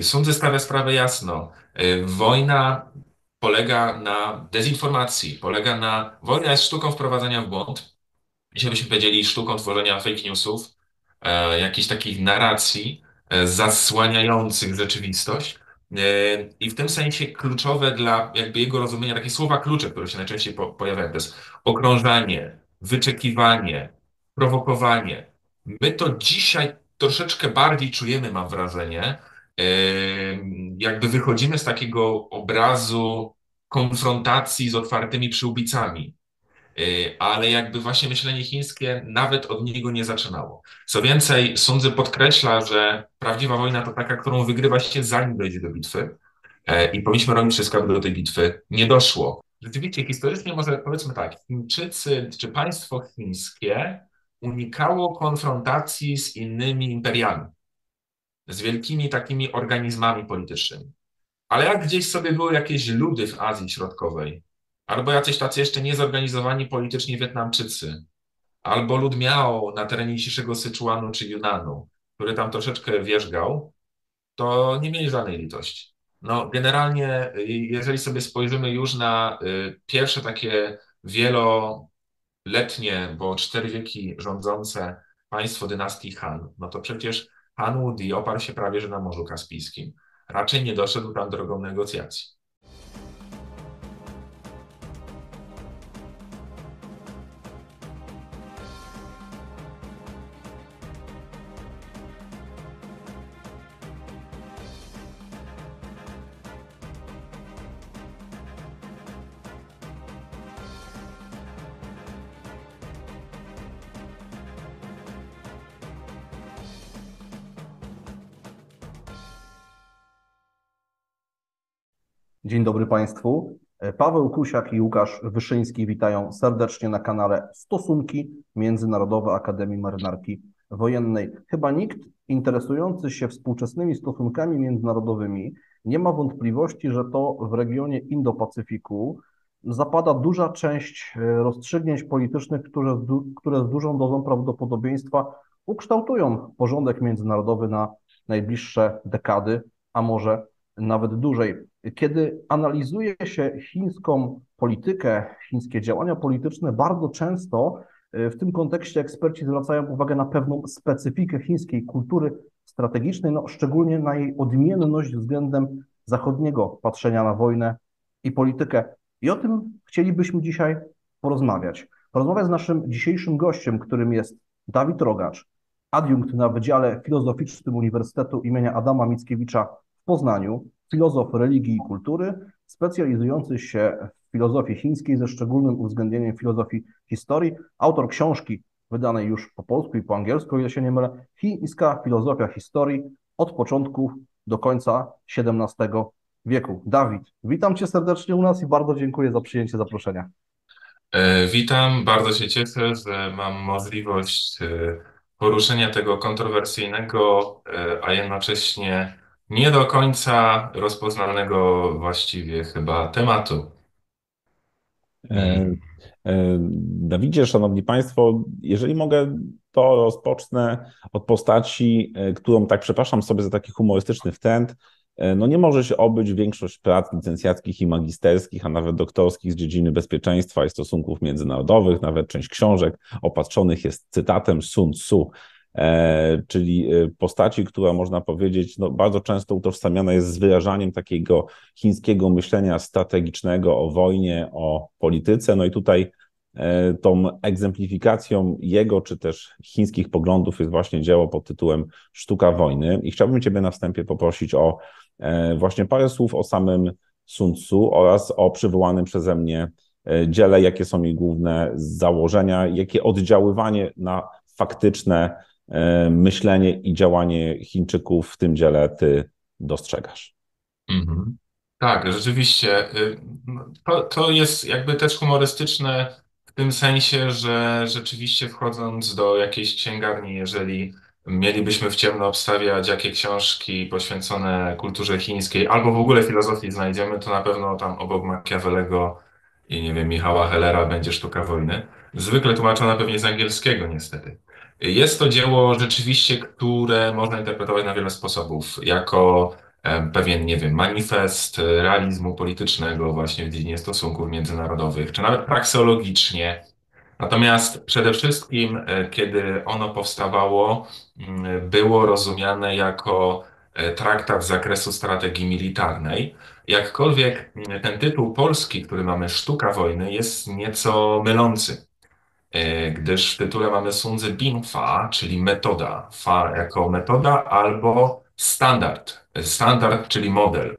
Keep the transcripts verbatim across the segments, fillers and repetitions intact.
Sądzę, stawia sprawę jasno. Y, Wojna polega na dezinformacji, polega na... Wojna jest sztuką wprowadzania w błąd. Dzisiaj byśmy powiedzieli sztuką tworzenia fake newsów, e, jakichś takich narracji e, zasłaniających rzeczywistość. E, I w tym sensie kluczowe dla jakby jego rozumienia, takie słowa klucze, które się najczęściej po, pojawiają, to jest okrążanie, wyczekiwanie, prowokowanie. My to dzisiaj troszeczkę bardziej czujemy, mam wrażenie, e, jakby wychodzimy z takiego obrazu konfrontacji z otwartymi przyłbicami. Y, ale jakby właśnie myślenie chińskie nawet od niego nie zaczynało. Co więcej, Sun Tzu podkreśla, że prawdziwa wojna to taka, którą wygrywa się zanim dojdzie do bitwy e, i powinniśmy robić wszystko, aby do tej bitwy nie doszło. Rzeczywiście, historycznie może powiedzmy tak, Chińczycy czy państwo chińskie unikało konfrontacji z innymi imperiami, z wielkimi takimi organizmami politycznymi. Ale jak gdzieś sobie były jakieś ludy w Azji Środkowej, albo jacyś tacy jeszcze niezorganizowani politycznie Wietnamczycy, albo lud Miao na terenie dzisiejszego Syczuanu czy Yunanu, który tam troszeczkę wierzgał, to nie mieli żadnej litości. No, generalnie, y, jeżeli sobie spojrzymy już na y, pierwsze takie wieloletnie, bo cztery wieki rządzące państwo dynastii Han, no to przecież Han Wudi oparł się prawie że na Morzu Kaspijskim. Raczej nie doszedł tam drogą negocjacji. Dzień dobry Państwu. Paweł Kusiak i Łukasz Wyszyński witają serdecznie na kanale Stosunki Międzynarodowe Akademii Marynarki Wojennej. Chyba nikt interesujący się współczesnymi stosunkami międzynarodowymi nie ma wątpliwości, że to w regionie Indo-Pacyfiku zapada duża część rozstrzygnięć politycznych, które, z du- które z dużą dozą prawdopodobieństwa ukształtują porządek międzynarodowy na najbliższe dekady, a może nawet dłużej. Kiedy analizuje się chińską politykę, chińskie działania polityczne, bardzo często y, w tym kontekście eksperci zwracają uwagę na pewną specyfikę chińskiej kultury strategicznej, no, szczególnie na jej odmienność względem zachodniego patrzenia na wojnę i politykę. I o tym chcielibyśmy dzisiaj porozmawiać. Porozmawiać z naszym dzisiejszym gościem, którym jest Dawid Rogacz, adiunkt na Wydziale Filozoficznym Uniwersytetu imienia Adama Mickiewicza w Poznaniu, filozof religii i kultury, specjalizujący się w filozofii chińskiej ze szczególnym uwzględnieniem filozofii historii, autor książki wydanej już po polsku i po angielsku, o ile się nie mylę, Chińska filozofia historii od początków do końca siedemnastego wieku. Dawid, witam Cię serdecznie u nas i bardzo dziękuję za przyjęcie zaproszenia. E, Witam, bardzo się cieszę, że mam możliwość e, poruszenia tego kontrowersyjnego, e, a jednocześnie nie do końca rozpoznanego właściwie chyba tematu. E, Mm. e, Dawidzie, szanowni państwo, jeżeli mogę, to rozpocznę od postaci, e, którą tak przepraszam sobie za taki humorystyczny wtręt. E, No nie może się obyć większość prac licencjackich i magisterskich, a nawet doktorskich z dziedziny bezpieczeństwa i stosunków międzynarodowych, nawet część książek opatrzonych jest cytatem Sun Tzu, e, czyli e, postaci, która można powiedzieć, no, bardzo często utożsamiana jest z wyrażaniem takiego chińskiego myślenia strategicznego o wojnie, o polityce. No i tutaj e, tą egzemplifikacją jego, czy też chińskich poglądów jest właśnie dzieło pod tytułem Sztuka wojny. I chciałbym Ciebie na wstępie poprosić o e, właśnie parę słów o samym Sun Tzu oraz o przywołanym przeze mnie e, dziele, jakie są jej główne założenia, jakie oddziaływanie na faktyczne e, myślenie i działanie Chińczyków w tym dziele Ty dostrzegasz. Mhm. Tak, rzeczywiście. y, no, To, to jest jakby też humorystyczne w tym sensie, że rzeczywiście wchodząc do jakiejś księgarni, jeżeli mielibyśmy w ciemno obstawiać, jakie książki poświęcone kulturze chińskiej albo w ogóle filozofii znajdziemy, to na pewno tam obok Machiavellego i nie wiem, Michała Hellera będzie Sztuka wojny. Zwykle tłumaczona pewnie z angielskiego niestety. Jest to dzieło rzeczywiście, które można interpretować na wiele sposobów. Jako pewien, nie wiem, manifest realizmu politycznego właśnie w dziedzinie stosunków międzynarodowych, czy nawet prakseologicznie. Natomiast przede wszystkim, kiedy ono powstawało, było rozumiane jako traktat z zakresu strategii militarnej. Jakkolwiek ten tytuł polski, który mamy, Sztuka wojny, jest nieco mylący, gdyż w tytule mamy Sundzy Bin Fa, czyli metoda, fa jako metoda albo standard, standard, czyli model.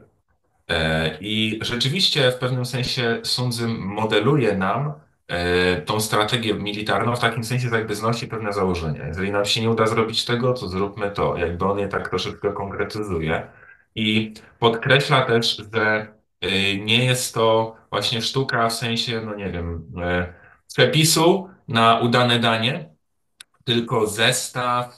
I rzeczywiście w pewnym sensie Sundzy modeluje nam tą strategię militarną w takim sensie, że jakby znosi pewne założenia. Jeżeli nam się nie uda zrobić tego, to zróbmy to. Jakby on je tak troszeczkę konkretyzuje i podkreśla też, że nie jest to właśnie sztuka w sensie, no nie wiem, przepisu na udane danie, tylko zestaw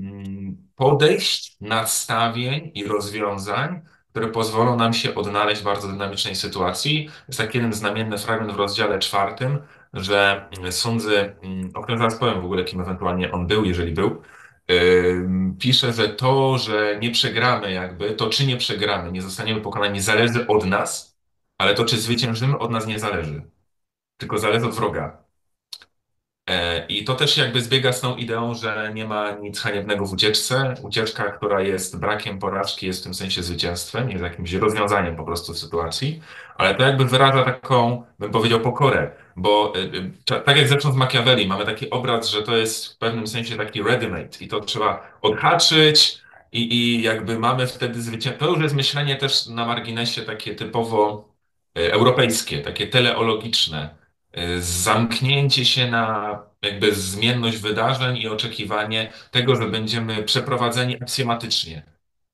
podejść, nastawień i rozwiązań, które pozwolą nam się odnaleźć w bardzo dynamicznej sytuacji. Jest taki jeden znamienny fragment w rozdziale czwartym, że Sundzy, o którym zaraz powiem w ogóle, kim ewentualnie on był, jeżeli był, pisze, że to, że nie przegramy jakby, to czy nie przegramy, nie zostaniemy pokonani, zależy od nas, ale to, czy zwyciężymy, od nas nie zależy, tylko zależy od wroga. I to też jakby zbiega z tą ideą, że nie ma nic haniebnego w ucieczce. Ucieczka, która jest brakiem porażki, jest w tym sensie zwycięstwem, jest jakimś rozwiązaniem po prostu sytuacji, ale to jakby wyraża taką, bym powiedział, pokorę, bo tak jak zresztą w Machiavelli mamy taki obraz, że to jest w pewnym sensie taki ready-made i to trzeba odhaczyć i, i jakby mamy wtedy zwycięstwo. To już jest myślenie też na marginesie takie typowo europejskie, takie teleologiczne, zamknięcie się na jakby zmienność wydarzeń i oczekiwanie tego, że będziemy przeprowadzeni aksjomatycznie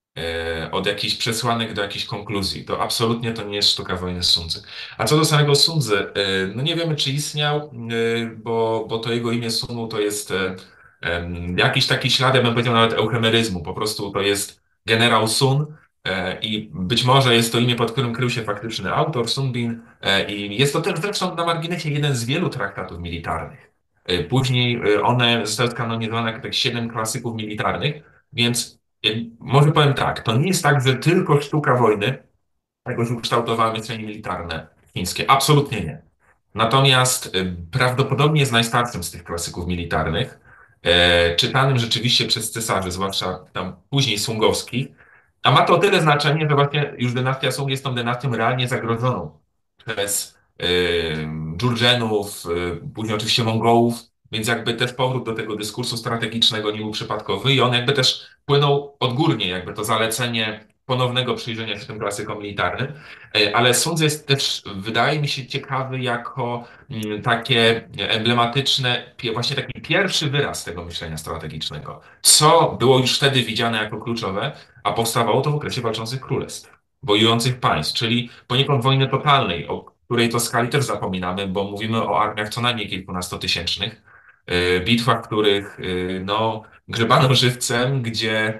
od jakichś przesłanek do jakichś konkluzji. To absolutnie to nie jest sztuka wojny Sundzy. A co do samego Sundzy, no nie wiemy, czy istniał, bo, bo to jego imię Sunu to jest jakiś taki ślad, ja bym powiedział nawet euhemeryzmu. Po prostu to jest generał Sun, i być może jest to imię, pod którym krył się faktyczny autor, Sun Bin, i jest to też zresztą na marginesie jeden z wielu traktatów militarnych. Później one zostały skanonizowane jako tak siedem klasyków militarnych, więc może powiem tak, to nie jest tak, że tylko sztuka wojny jakoś ukształtowała myślenie militarne chińskie. Absolutnie nie. Natomiast prawdopodobnie jest najstarszym z tych klasyków militarnych, czytanym rzeczywiście przez cesarzy, zwłaszcza tam później sungowskich. A ma to o tyle znaczenie, że właśnie już dynastia Sung jest tą dynastią realnie zagrożoną przez yy, Dżurdżenów, yy, później oczywiście Mongołów, więc jakby też powrót do tego dyskursu strategicznego nie był przypadkowy i on jakby też płynął odgórnie, jakby to zalecenie ponownego przyjrzenia się tym klasykom militarnym. Yy, ale Sundzy jest też, wydaje mi się, ciekawy jako yy, takie emblematyczne, właśnie taki pierwszy wyraz tego myślenia strategicznego. Co było już wtedy widziane jako kluczowe, a powstawało to w okresie walczących królestw, wojujących państw, czyli poniekąd wojny totalnej, o której to skali też zapominamy, bo mówimy o armiach co najmniej kilkunastotysięcznych, bitwach, w których no, grzebano żywcem, gdzie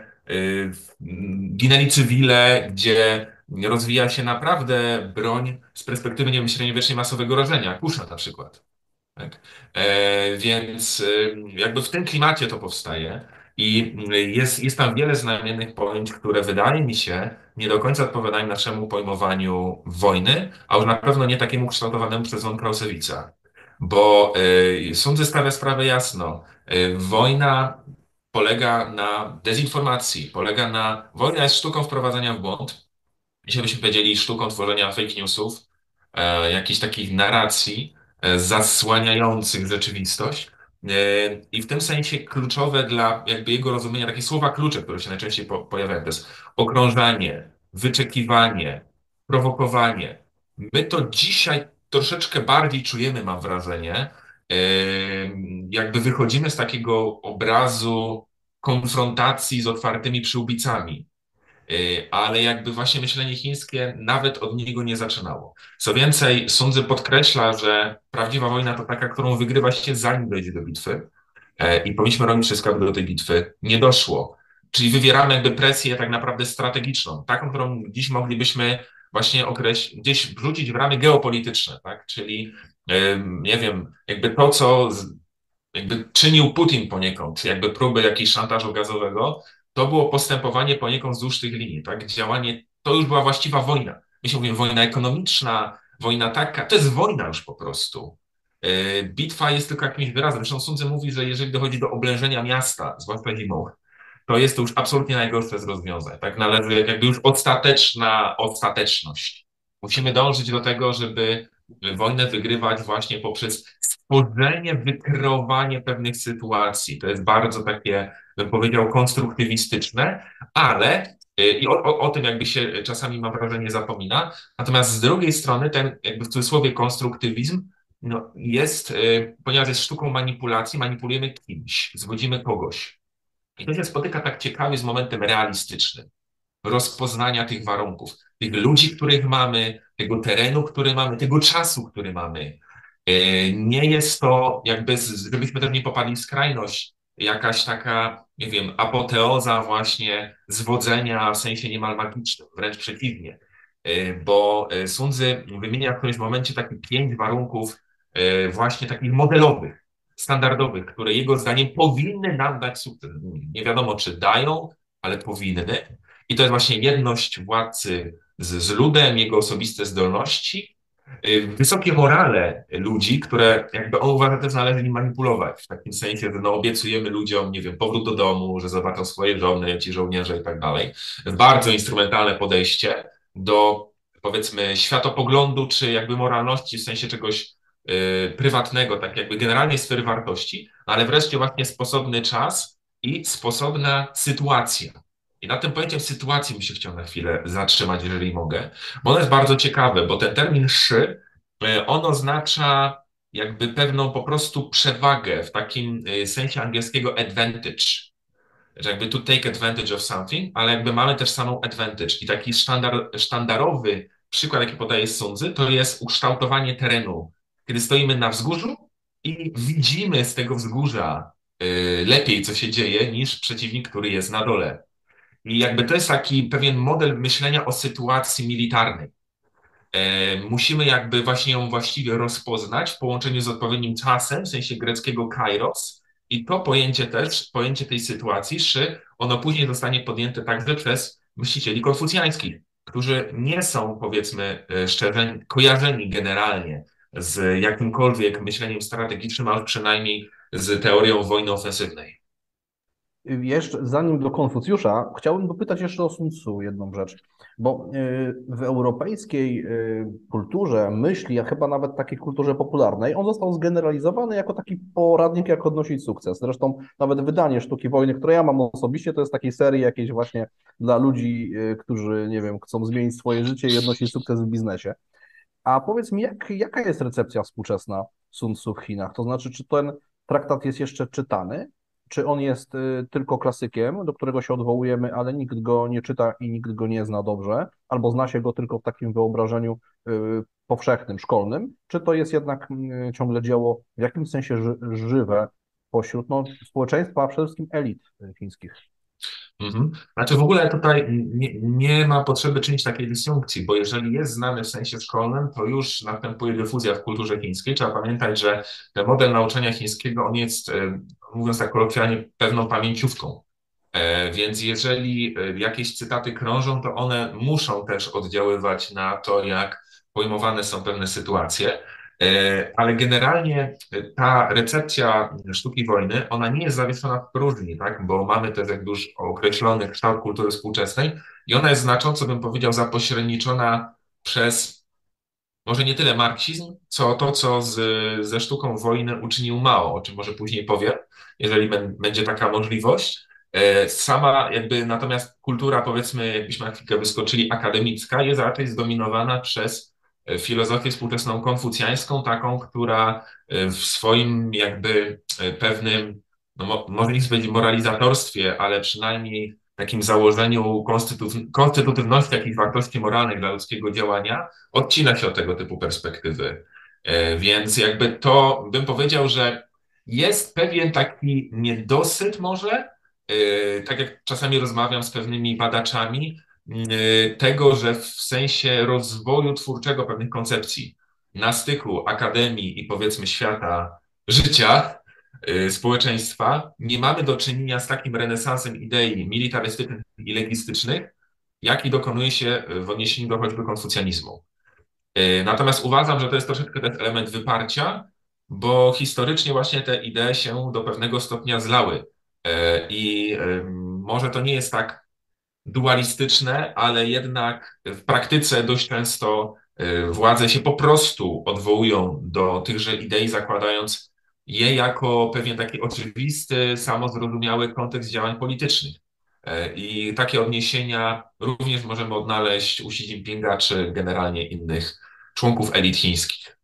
ginęli cywile, gdzie rozwija się naprawdę broń z perspektywy, nie wiem, średniowiecznej masowego rażenia, Kuszna na przykład. Tak? E, więc jakby w tym klimacie to powstaje i jest, jest tam wiele znamiennych pojęć, które wydaje mi się nie do końca odpowiadają naszemu pojmowaniu wojny, a już na pewno nie takiemu kształtowanemu przez von Clausewitza. Bo y, Sundzy stawia sprawę jasno. Y, wojna polega na dezinformacji, polega na... Wojna jest sztuką wprowadzania w błąd. Dzisiaj byśmy powiedzieli sztuką tworzenia fake newsów, e, jakichś takich narracji e, zasłaniających rzeczywistość. E, I w tym sensie kluczowe dla jakby jego rozumienia, takie słowa klucze, które się najczęściej po, pojawiają, to jest okrążanie, wyczekiwanie, prowokowanie. My to dzisiaj troszeczkę bardziej czujemy, mam wrażenie, e, jakby wychodzimy z takiego obrazu konfrontacji z otwartymi przyłbicami, ale jakby właśnie myślenie chińskie nawet od niego nie zaczynało. Co więcej, Sundzy podkreśla, że prawdziwa wojna to taka, którą wygrywa się zanim dojdzie do bitwy i powinniśmy robić wszystko, aby do tej bitwy nie doszło. Czyli wywieramy jakby presję tak naprawdę strategiczną, taką, którą dziś moglibyśmy właśnie określić, gdzieś wrzucić w ramy geopolityczne, tak? Czyli nie wiem, jakby to, co jakby czynił Putin poniekąd, jakby próby jakiegoś szantażu gazowego, to było postępowanie poniekąd wzdłuż tych linii, tak? Działanie, to już była właściwa wojna. My się mówimy wojna ekonomiczna, wojna taka, to jest wojna już po prostu. Yy, Bitwa jest tylko jakimś wyrazem. Zresztą Sun Tzu mówi, że jeżeli dochodzi do oblężenia miasta, zwłaszcza zimą, to jest to już absolutnie najgorsze z rozwiązań. Tak należy jakby już ostateczna ostateczność. Musimy dążyć do tego, żeby wojnę wygrywać właśnie poprzez stworzenie, wykreowanie pewnych sytuacji. To jest bardzo takie, bym powiedział, konstruktywistyczne, ale i o, o, o tym jakby się czasami, mam wrażenie, zapomina. Natomiast z drugiej strony ten jakby w cudzysłowie konstruktywizm no, jest, ponieważ jest sztuką manipulacji, manipulujemy kimś, zgodzimy kogoś. I to się spotyka tak ciekawie z momentem realistycznym, rozpoznania tych warunków, tych ludzi, których mamy, tego terenu, który mamy, tego czasu, który mamy. Nie jest to jakby, żebyśmy też nie popadli w skrajność, jakaś taka, nie wiem, apoteoza właśnie zwodzenia w sensie niemal magicznym, wręcz przeciwnie. Bo Sun Tzu wymienia w którymś momencie takich pięć warunków właśnie takich modelowych, standardowych, które jego zdaniem powinny nam dać sukces. Nie wiadomo, czy dają, ale powinny. I to jest właśnie jedność władcy z, z ludem, jego osobiste zdolności, wysokie morale ludzi, które jakby on uważa też należy nim manipulować, w takim sensie, że no obiecujemy ludziom, nie wiem, powrót do domu, że zobaczą swoje żony, ci żołnierze i tak dalej. Bardzo instrumentalne podejście do, powiedzmy, światopoglądu, czy jakby moralności, w sensie czegoś y, prywatnego, tak jakby generalnie sfery wartości, ale wreszcie właśnie sposobny czas i sposobna sytuacja. I na tym pojęciem sytuacji bym się chciał na chwilę zatrzymać, jeżeli mogę, bo ono jest bardzo ciekawe, bo ten termin szy, on oznacza jakby pewną po prostu przewagę w takim sensie angielskiego advantage, że jakby to take advantage of something, ale jakby mamy też samą advantage. I taki sztandar, sztandarowy przykład, jaki podaje Sun Tzu, to jest ukształtowanie terenu. Kiedy stoimy na wzgórzu i widzimy z tego wzgórza y, lepiej, co się dzieje, niż przeciwnik, który jest na dole. I jakby to jest taki pewien model myślenia o sytuacji militarnej. E, musimy jakby właśnie ją właściwie rozpoznać w połączeniu z odpowiednim czasem, w sensie greckiego kairos. I to pojęcie też, pojęcie tej sytuacji, szy, ono później zostanie podjęte także przez myślicieli konfucjańskich, którzy nie są, powiedzmy szczerze, kojarzeni generalnie z jakimkolwiek myśleniem strategicznym, ale przynajmniej z teorią wojny ofensywnej. Jeszcze zanim do Konfucjusza, chciałbym dopytać jeszcze o Sun Tzu jedną rzecz, bo w europejskiej kulturze myśli, a chyba nawet takiej kulturze popularnej, on został zgeneralizowany jako taki poradnik, jak odnosić sukces. Zresztą nawet wydanie Sztuki Wojny, które ja mam osobiście, to jest takiej serii jakiejś właśnie dla ludzi, którzy, nie wiem, chcą zmienić swoje życie i odnosić sukces w biznesie. A powiedz mi, jak, jaka jest recepcja współczesna Sun Tzu w Chinach? To znaczy, czy ten traktat jest jeszcze czytany? Czy on jest tylko klasykiem, do którego się odwołujemy, ale nikt go nie czyta i nikt go nie zna dobrze, albo zna się go tylko w takim wyobrażeniu powszechnym, szkolnym? Czy to jest jednak ciągle dzieło w jakimś sensie ży żywe pośród no, społeczeństwa, a przede wszystkim elit chińskich? Mhm. Znaczy w ogóle tutaj nie, nie ma potrzeby czynić takiej dystynkcji, bo jeżeli jest znany w sensie szkolnym, to już następuje dyfuzja w kulturze chińskiej. Trzeba pamiętać, że ten model nauczania chińskiego, on jest, mówiąc tak kolokwialnie, pewną pamięciówką. Więc jeżeli jakieś cytaty krążą, to one muszą też oddziaływać na to, jak pojmowane są pewne sytuacje. Ale generalnie ta recepcja sztuki wojny, ona nie jest zawieszona w próżni, tak? Bo mamy też jakby już określony kształt kultury współczesnej i ona jest znacząco, bym powiedział, zapośredniczona przez może nie tyle marksizm, co to, co z, ze sztuką wojny uczynił Mao, o czym może później powiem, jeżeli będzie taka możliwość. Sama jakby natomiast kultura, powiedzmy, jakbyśmy na chwilkę wyskoczyli, akademicka, jest raczej zdominowana przez filozofię współczesną konfucjańską, taką, która w swoim jakby pewnym, no może nie powiedzieć moralizatorstwie, ale przynajmniej takim założeniu konstytu- konstytutywności jakichś wartości moralnych dla ludzkiego działania, odcina się od tego typu perspektywy. Więc jakby to bym powiedział, że jest pewien taki niedosyt może, tak jak czasami rozmawiam z pewnymi badaczami, tego, że w sensie rozwoju twórczego pewnych koncepcji na styku akademii i powiedzmy świata życia, y, społeczeństwa, nie mamy do czynienia z takim renesansem idei militarystycznych i legistycznych, jaki dokonuje się w odniesieniu do choćby konfucjanizmu. Y, Natomiast uważam, że to jest troszeczkę też element wyparcia, bo historycznie właśnie te idee się do pewnego stopnia zlały. Y, I y, może to nie jest tak dualistyczne, ale jednak w praktyce dość często y, władze się po prostu odwołują do tychże idei, zakładając je jako pewien taki oczywisty, samozrozumiały kontekst działań politycznych. E, I takie odniesienia również możemy odnaleźć u Xi Jinpinga czy generalnie innych członków elit chińskich.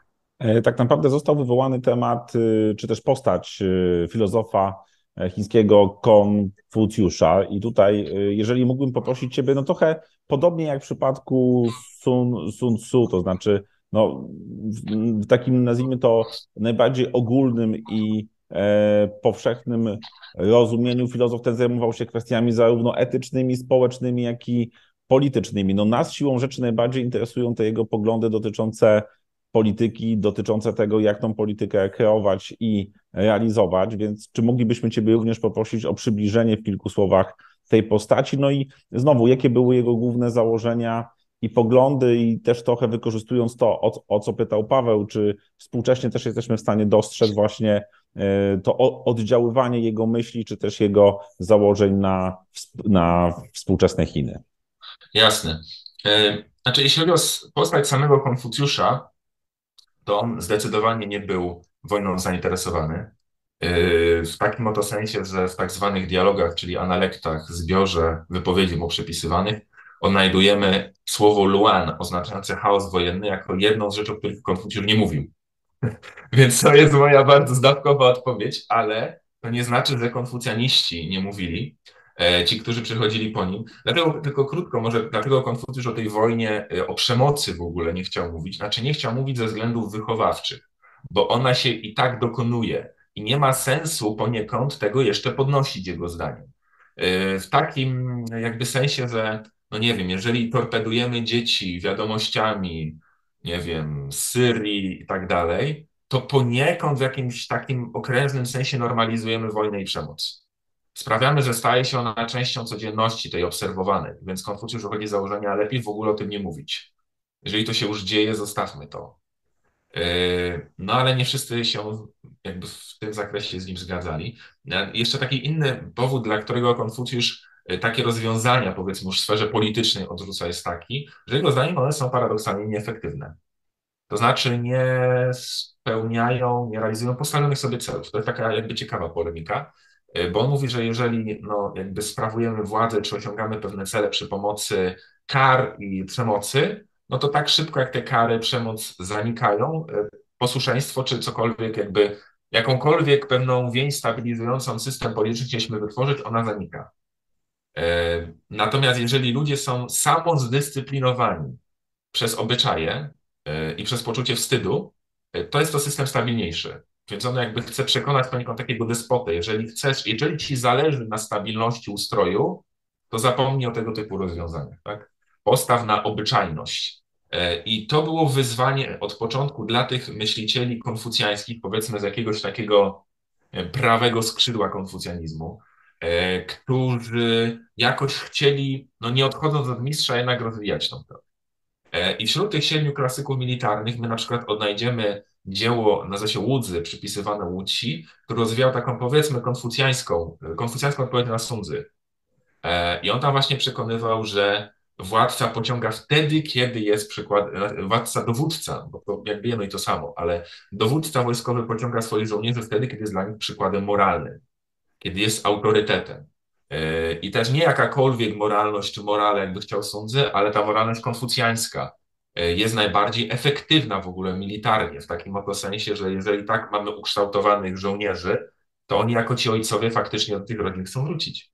E, Tak naprawdę został wywołany temat, y, czy też postać y, filozofa e, chińskiego Konfucjusza. I tutaj, y, jeżeli mógłbym poprosić Ciebie, no trochę podobnie jak w przypadku Sun, Sun Tzu, to znaczy no, w, w takim, nazwijmy to, najbardziej ogólnym i e, powszechnym rozumieniu filozof ten zajmował się kwestiami zarówno etycznymi, społecznymi, jak i politycznymi. No nas siłą rzeczy najbardziej interesują te jego poglądy dotyczące polityki, dotyczące tego, jak tą politykę kreować i realizować, więc czy moglibyśmy Ciebie również poprosić o przybliżenie w kilku słowach tej postaci, no i znowu, jakie były jego główne założenia i poglądy i też trochę wykorzystując to, o, o co pytał Paweł, czy współcześnie też jesteśmy w stanie dostrzec właśnie e, to oddziaływanie jego myśli, czy też jego założeń na, na współczesne Chiny. Jasne. E, Znaczy, jeśli chodzi o s- postać samego Konfucjusza, to on zdecydowanie nie był wojną zainteresowany. Yy, W takim oto sensie, że w tak zwanych dialogach, czyli analektach, zbiorze wypowiedzi mu przypisywanych, odnajdujemy słowo luan, oznaczające chaos wojenny, jako jedną z rzeczy, o których Konfucjusz nie mówił. Więc to jest moja bardzo zdawkowa odpowiedź, ale to nie znaczy, że konfucjaniści nie mówili, e, ci, którzy przychodzili po nim. Dlatego tylko krótko, może dlatego Konfucjusz o tej wojnie, e, o przemocy w ogóle nie chciał mówić. Znaczy nie chciał mówić ze względów wychowawczych, bo ona się i tak dokonuje i nie ma sensu poniekąd tego jeszcze podnosić, jego zdaniem. E, W takim jakby sensie, że no nie wiem, jeżeli torpedujemy dzieci wiadomościami, nie wiem, z Syrii i tak dalej, to poniekąd w jakimś takim okrężnym sensie normalizujemy wojnę i przemoc. Sprawiamy, że staje się ona częścią codzienności tej obserwowanej, więc Konfucjusz wychodzi z założenia, lepiej w ogóle o tym nie mówić. Jeżeli to się już dzieje, zostawmy to. Yy, No ale nie wszyscy się jakby w tym zakresie z nim zgadzali. E, Jeszcze taki inny powód, dla którego Konfucjusz e, takie rozwiązania, powiedzmy już w sferze politycznej odrzuca, jest taki, że jego zdaniem one są paradoksalnie nieefektywne. To znaczy nie spełniają, nie realizują postawionych sobie celów. To jest taka jakby ciekawa polemika, y, bo on mówi, że jeżeli no, jakby sprawujemy władzę, czy osiągamy pewne cele przy pomocy kar i przemocy, no to tak szybko jak te kary, przemoc zanikają, y, posłuszeństwo czy cokolwiek jakby, jakąkolwiek pewną więź stabilizującą system polityczny chcieliśmy wytworzyć, ona zanika. Y, Natomiast jeżeli ludzie są samozdyscyplinowani przez obyczaje y, i przez poczucie wstydu, y, to jest to system stabilniejszy. Więc on jakby chce przekonać poniekąd takiego despotę. Jeżeli chcesz, jeżeli ci zależy na stabilności ustroju, to zapomnij o tego typu rozwiązaniach, tak? Postaw na obyczajność. Y, I to było wyzwanie od początku dla tych myślicieli konfucjańskich, powiedzmy z jakiegoś takiego y, prawego skrzydła konfucjanizmu, y, którzy jakoś chcieli, no nie odchodząc od mistrza, jednak rozwijać tą teorię. E, I wśród tych siedmiu klasyków militarnych my na przykład odnajdziemy dzieło, nazywa się Łudzy, przypisywane Łudzi, który rozwijał taką powiedzmy konfucjańską, konfucjańską odpowiedź na Sun Tzu. E, I on tam właśnie przekonywał, że władca pociąga wtedy, kiedy jest przykład, władca dowódca, bo to jakby jedno i to samo, ale dowódca wojskowy pociąga swoich żołnierzy wtedy, kiedy jest dla nich przykładem moralnym, kiedy jest autorytetem. Yy, I też nie jakakolwiek moralność czy morale, jakby chciał sądzę, ale ta moralność konfucjańska yy, jest najbardziej efektywna w ogóle militarnie, w takim oto sensie, że jeżeli tak mamy ukształtowanych żołnierzy, to oni jako ci ojcowie faktycznie do tych rodzin chcą wrócić.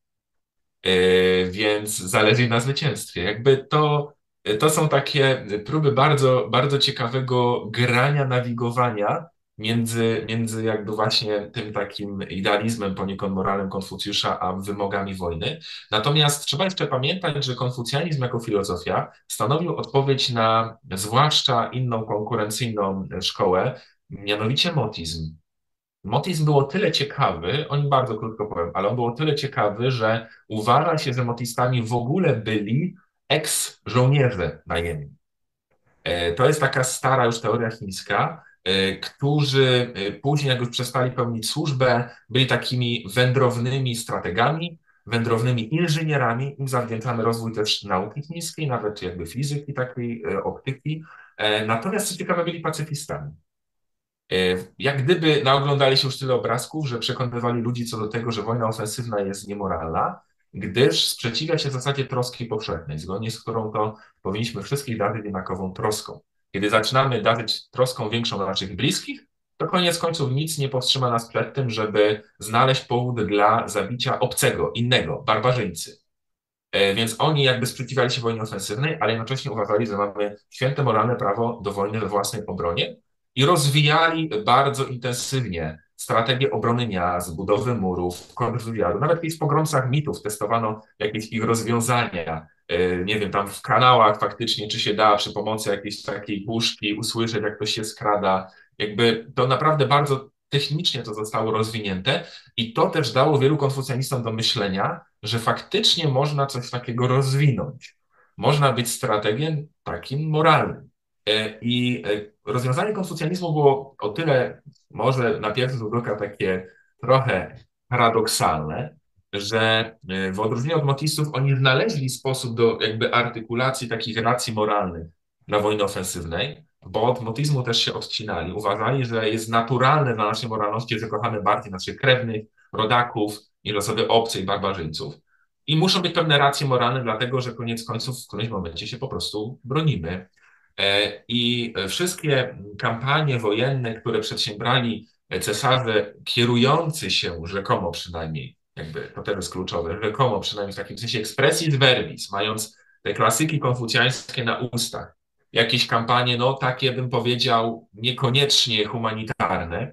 Yy, Więc zależy im na zwycięstwie. Jakby to, to są takie próby bardzo, bardzo ciekawego grania, nawigowania między, między jakby właśnie tym takim idealizmem poniekąd moralem Konfucjusza, a wymogami wojny. Natomiast trzeba jeszcze pamiętać, że konfucjanizm jako filozofia stanowił odpowiedź na zwłaszcza inną konkurencyjną szkołę, mianowicie motizm. Motizm był o tyle ciekawy, o nim bardzo krótko powiem, ale on był o tyle ciekawy, że uważa się, że motistami w ogóle byli eks-żołnierze najemni. E, To jest taka stara już teoria chińska, e, którzy e, później, jak już przestali pełnić służbę, byli takimi wędrownymi strategami, wędrownymi inżynierami. Im zawdzięczamy rozwój też nauki chińskiej, nawet jakby fizyki, takiej e, optyki. E, Natomiast co ciekawe, byli pacyfistami. E, Jak gdyby naoglądali się już tyle obrazków, że przekonywali ludzi co do tego, że wojna ofensywna jest niemoralna, gdyż sprzeciwia się zasadzie troski powszechnej, zgodnie z którą to powinniśmy wszystkich darzyć jednakową troską. Kiedy zaczynamy darzyć troską większą dla naszych bliskich, to koniec końców nic nie powstrzyma nas przed tym, żeby znaleźć powód dla zabicia obcego, innego, barbarzyńcy. E, Więc oni jakby sprzeciwiali się wojnie ofensywnej, ale jednocześnie uważali, że mamy święte moralne prawo do wojny we własnej obronie i rozwijali bardzo intensywnie strategię obrony miast, budowy murów, kontrwywiadu. Nawet kiedyś w pogromcach mitów testowano jakieś ich rozwiązania. E, Nie wiem, tam w kanałach faktycznie, czy się da przy pomocy jakiejś takiej puszki usłyszeć, jak ktoś się skrada. Jakby to naprawdę bardzo technicznie to zostało rozwinięte i to też dało wielu konfucjanistom do myślenia, że faktycznie można coś takiego rozwinąć. Można być strategiem takim moralnym. E, I e, rozwiązanie konfucjanizmu było o tyle może na pierwszy rzut oka takie trochę paradoksalne, że e, w odróżnieniu od motistów oni znaleźli sposób do jakby artykulacji takich racji moralnych dla wojny ofensywnej, bo od motizmu też się odcinali. Uważali, że jest naturalne dla naszej moralności, że kochamy bardziej naszych krewnych, rodaków, niż osoby obce i barbarzyńców. I muszą być pewne racje moralne, dlatego że koniec końców w którymś momencie się po prostu bronimy. E, I wszystkie kampanie wojenne, które przedsiębrali cesarze kierujący się rzekomo przynajmniej, jakby to też jest kluczowe, rzekomo przynajmniej w takim sensie expressis verbis, mając te klasyki konfucjańskie na ustach, jakieś kampanie, no takie bym powiedział, niekoniecznie humanitarne,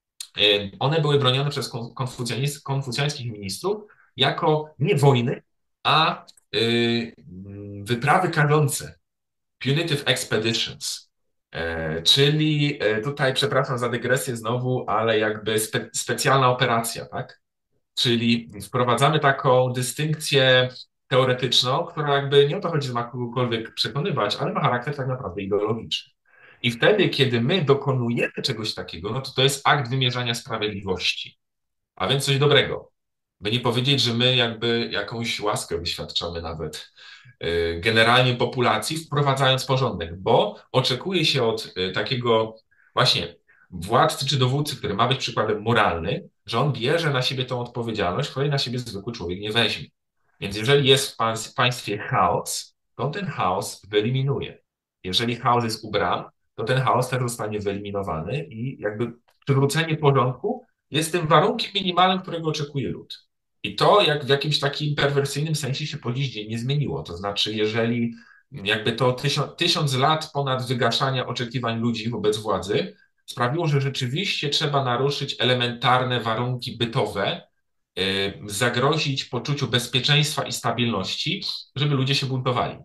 y, one były bronione przez konfucjanis- konfucjańskich ministrów jako nie wojny, a y, wyprawy karzące, punitive expeditions. E, Czyli e, tutaj, przepraszam za dygresję znowu, ale jakby spe, specjalna operacja, tak? Czyli wprowadzamy taką dystynkcję teoretyczną, która jakby nie o to chodzi, że ma kogokolwiek przekonywać, ale ma charakter tak naprawdę ideologiczny. I wtedy, kiedy my dokonujemy czegoś takiego, no to to jest akt wymierzania sprawiedliwości, a więc coś dobrego. By nie powiedzieć, że my jakby jakąś łaskę wyświadczamy nawet y, generalnie populacji, wprowadzając porządek, bo oczekuje się od y, takiego właśnie władcy czy dowódcy, który ma być przykładem moralny, że on bierze na siebie tą odpowiedzialność, której na siebie zwykły człowiek nie weźmie. Więc jeżeli jest w państw- w państwie chaos, to on ten chaos wyeliminuje. Jeżeli chaos jest u bram, to ten chaos też zostanie wyeliminowany i jakby przywrócenie porządku jest tym warunkiem minimalnym, którego oczekuje lud. I to jak w jakimś takim perwersyjnym sensie się po dziś dzień nie zmieniło. To znaczy, jeżeli jakby to tysiąc, tysiąc lat ponad wygaszania oczekiwań ludzi wobec władzy sprawiło, że rzeczywiście trzeba naruszyć elementarne warunki bytowe, y, zagrozić poczuciu bezpieczeństwa i stabilności, żeby ludzie się buntowali.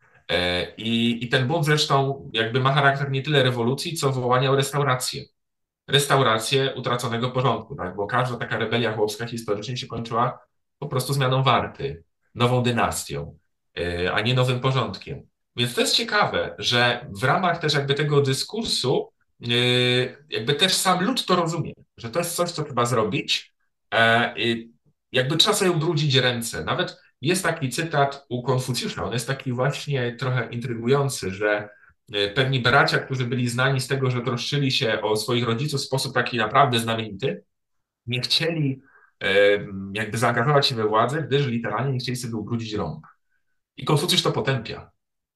E, I, I ten bunt zresztą jakby ma charakter nie tyle rewolucji, co wołania o restaurację. Restaurację utraconego porządku, tak? Bo każda taka rebelia chłopska historycznie się kończyła po prostu zmianą warty, nową dynastią, e, a nie nowym porządkiem. Więc to jest ciekawe, że w ramach też jakby tego dyskursu e, jakby też sam lud to rozumie, że to jest coś, co trzeba zrobić, e, i jakby trzeba sobie ubrudzić ręce. Nawet jest taki cytat u Konfucjusza, on jest taki właśnie trochę intrygujący, że e, pewni bracia, którzy byli znani z tego, że troszczyli się o swoich rodziców w sposób taki naprawdę znamienity, nie chcieli e, jakby zaangażować się we władzę, gdyż literalnie nie chcieli sobie ubrudzić rąk. I Konfucjusz to potępia.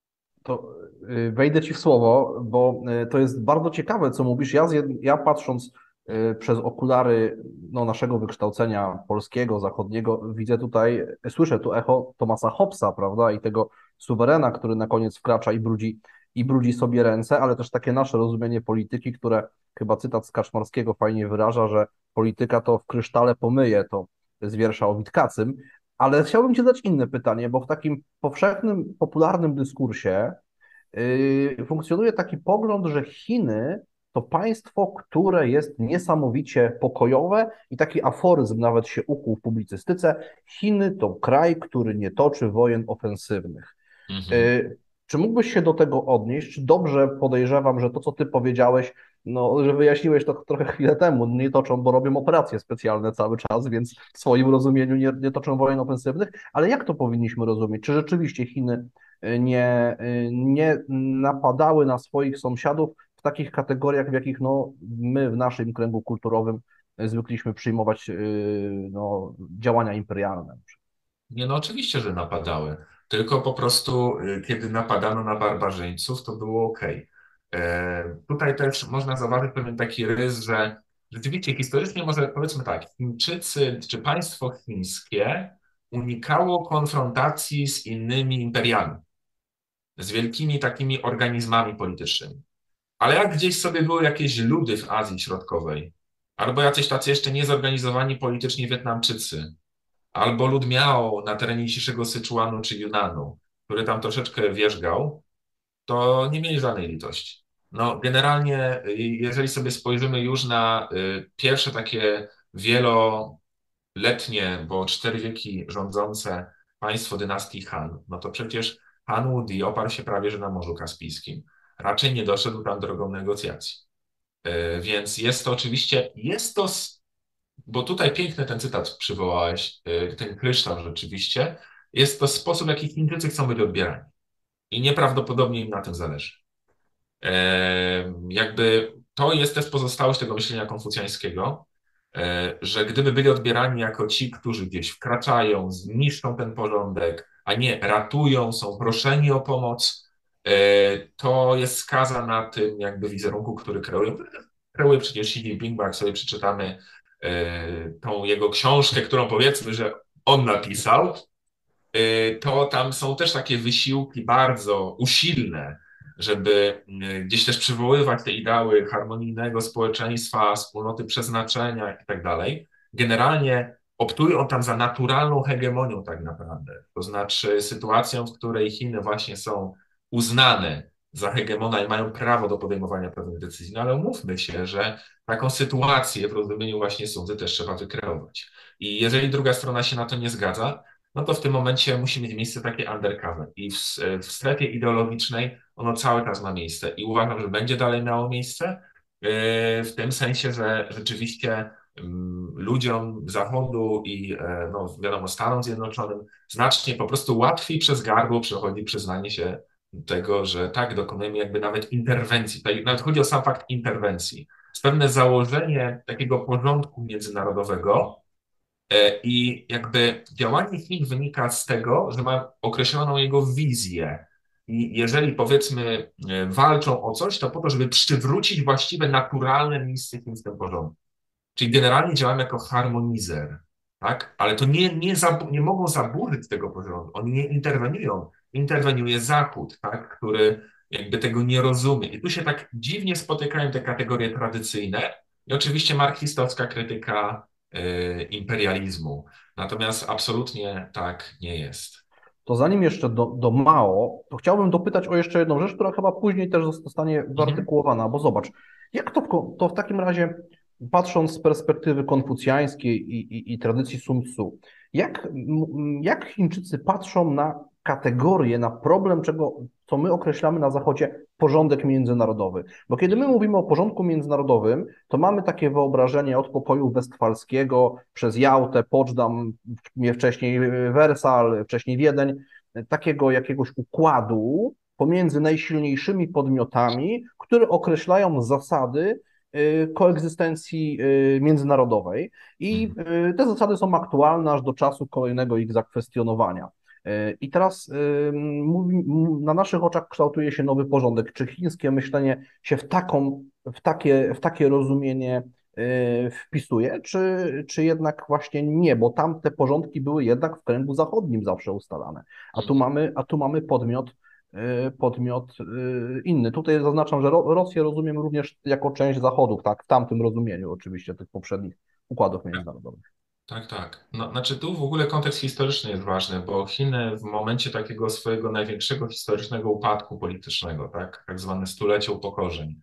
To y, wejdę ci w słowo, bo y, to jest bardzo ciekawe, co mówisz. Ja, z jed- ja patrząc y, przez okulary no, naszego wykształcenia polskiego, zachodniego, widzę tutaj, słyszę tu echo Thomasa Hobbesa, prawda, i tego suwerena, który na koniec wkracza i brudzi, i brudzi sobie ręce, ale też takie nasze rozumienie polityki, które chyba cytat z Kaczmarskiego fajnie wyraża, że polityka to w krysztale pomyje, to z wiersza o Witkacym. Ale chciałbym Ci zadać inne pytanie, bo w takim powszechnym, popularnym dyskursie yy, funkcjonuje taki pogląd, że Chiny to państwo, które jest niesamowicie pokojowe i taki aforyzm nawet się ukuł w publicystyce. Chiny to kraj, który nie toczy wojen ofensywnych. Mhm. Y, Czy mógłbyś się do tego odnieść? Czy dobrze podejrzewam, że to, co ty powiedziałeś, no, że wyjaśniłeś to trochę chwilę temu, nie toczą, bo robią operacje specjalne cały czas, więc w swoim rozumieniu nie, nie toczą wojen ofensywnych, ale jak to powinniśmy rozumieć? Czy rzeczywiście Chiny y, nie, y, nie napadały na swoich sąsiadów w takich kategoriach, w jakich no, my w naszym kręgu kulturowym y, zwykliśmy przyjmować y, no, działania imperialne? Nie, no oczywiście, że napadały. Tylko po prostu, y, kiedy napadano na barbarzyńców, to było ok. E, tutaj też można zauważyć pewien taki rys, że rzeczywiście historycznie może powiedzmy tak, Chińczycy czy państwo chińskie unikało konfrontacji z innymi imperiami, z wielkimi takimi organizmami politycznymi. Ale jak gdzieś sobie były jakieś ludy w Azji Środkowej, albo jacyś tacy jeszcze niezorganizowani politycznie Wietnamczycy, albo lud Miao na terenie dzisiejszego Syczuanu czy Yunanu, który tam troszeczkę wierzgał, to nie mieli żadnej litości. No, generalnie, y, jeżeli sobie spojrzymy już na y, pierwsze takie wieloletnie, bo cztery wieki rządzące państwo dynastii Han, no to przecież Han Wudi oparł się prawie że na Morzu Kaspijskim. Raczej nie doszedł tam drogą negocjacji. Y, Więc jest to oczywiście, jest to bo tutaj piękny ten cytat przywołałeś, y, ten kryształ rzeczywiście. Jest to sposób, w jaki Chińczycy chcą być odbierani. I nieprawdopodobnie im na tym zależy. E, Jakby to jest też pozostałość tego myślenia konfucjańskiego, e, że gdyby byli odbierani jako ci, którzy gdzieś wkraczają, zniszczą ten porządek, a nie ratują, są proszeni o pomoc, e, to jest skaza na tym jakby wizerunku, który kreują. Kreuje przecież Xi Jinping, bo jak sobie przeczytamy e, tą jego książkę, którą powiedzmy, że on napisał, e, to tam są też takie wysiłki bardzo usilne, żeby e, gdzieś też przywoływać te ideały harmonijnego społeczeństwa, wspólnoty przeznaczenia i tak dalej. Generalnie optuje on tam za naturalną hegemonią tak naprawdę. To znaczy sytuacją, w której Chiny właśnie są uznane za hegemona i mają prawo do podejmowania pewnych decyzji. No ale umówmy się, że taką sytuację w rozumieniu właśnie Sundzy też trzeba wykreować. I jeżeli druga strona się na to nie zgadza, no to w tym momencie musi mieć miejsce takie undercover. I w, w strefie ideologicznej ono cały czas ma miejsce. I uważam, że będzie dalej miało miejsce, yy, w tym sensie, że rzeczywiście ym, ludziom Zachodu i e, no, wiadomo Stanom Zjednoczonym znacznie po prostu łatwiej przez gardło przechodzi przyznanie się tego, że tak, dokonujemy jakby nawet interwencji. Tutaj nawet chodzi o sam fakt interwencji. Jest pewne założenie takiego porządku międzynarodowego, e, i jakby działanie Chin wynika z tego, że ma określoną jego wizję. I jeżeli powiedzmy e, walczą o coś, to po to, żeby przywrócić właściwe naturalne miejsce Chin w tym porządku. Czyli generalnie działamy jako harmonizer, tak? Ale to nie, nie, zabu- nie mogą zaburzyć tego porządku. Oni nie interweniują. Interweniuje Zachód, tak? Który jakby tego nie rozumie. I tu się tak dziwnie spotykają te kategorie tradycyjne i oczywiście marksistowska krytyka y, imperializmu. Natomiast absolutnie tak nie jest. To zanim jeszcze do, do Mao, to chciałbym dopytać o jeszcze jedną rzecz, która chyba później też zostanie Mhm. wyartykułowana, bo zobacz, jak to, w ko- to w takim razie, patrząc z perspektywy konfucjańskiej i, i, i tradycji Sun Tzu, jak, m- jak Chińczycy patrzą na kategorię, na problem, czego, co my określamy na Zachodzie, porządek międzynarodowy? Bo kiedy my mówimy o porządku międzynarodowym, to mamy takie wyobrażenie od pokoju westfalskiego przez Jałtę, Poczdam, wcześniej Wersal, wcześniej Wiedeń, takiego jakiegoś układu pomiędzy najsilniejszymi podmiotami, które określają zasady y, koegzystencji y, międzynarodowej i Mhm. y, te zasady są aktualne aż do czasu kolejnego ich zakwestionowania. Y, I teraz y, mówi- m- na naszych oczach kształtuje się nowy porządek. Czy chińskie myślenie się w taką, w takie, w takie rozumienie y, wpisuje, czy, czy jednak właśnie nie, bo tam te porządki były jednak w kręgu zachodnim zawsze ustalane, a tu Mhm. mamy, a tu mamy podmiot, y, podmiot y, inny. Tutaj zaznaczam, że Ro- Rosję rozumiem również jako część Zachodu, tak, w tamtym rozumieniu oczywiście tych poprzednich układów międzynarodowych. Tak, tak. No, znaczy tu w ogóle kontekst historyczny jest ważny, bo Chiny w momencie takiego swojego największego historycznego upadku politycznego, tak, tak zwane stulecie upokorzeń,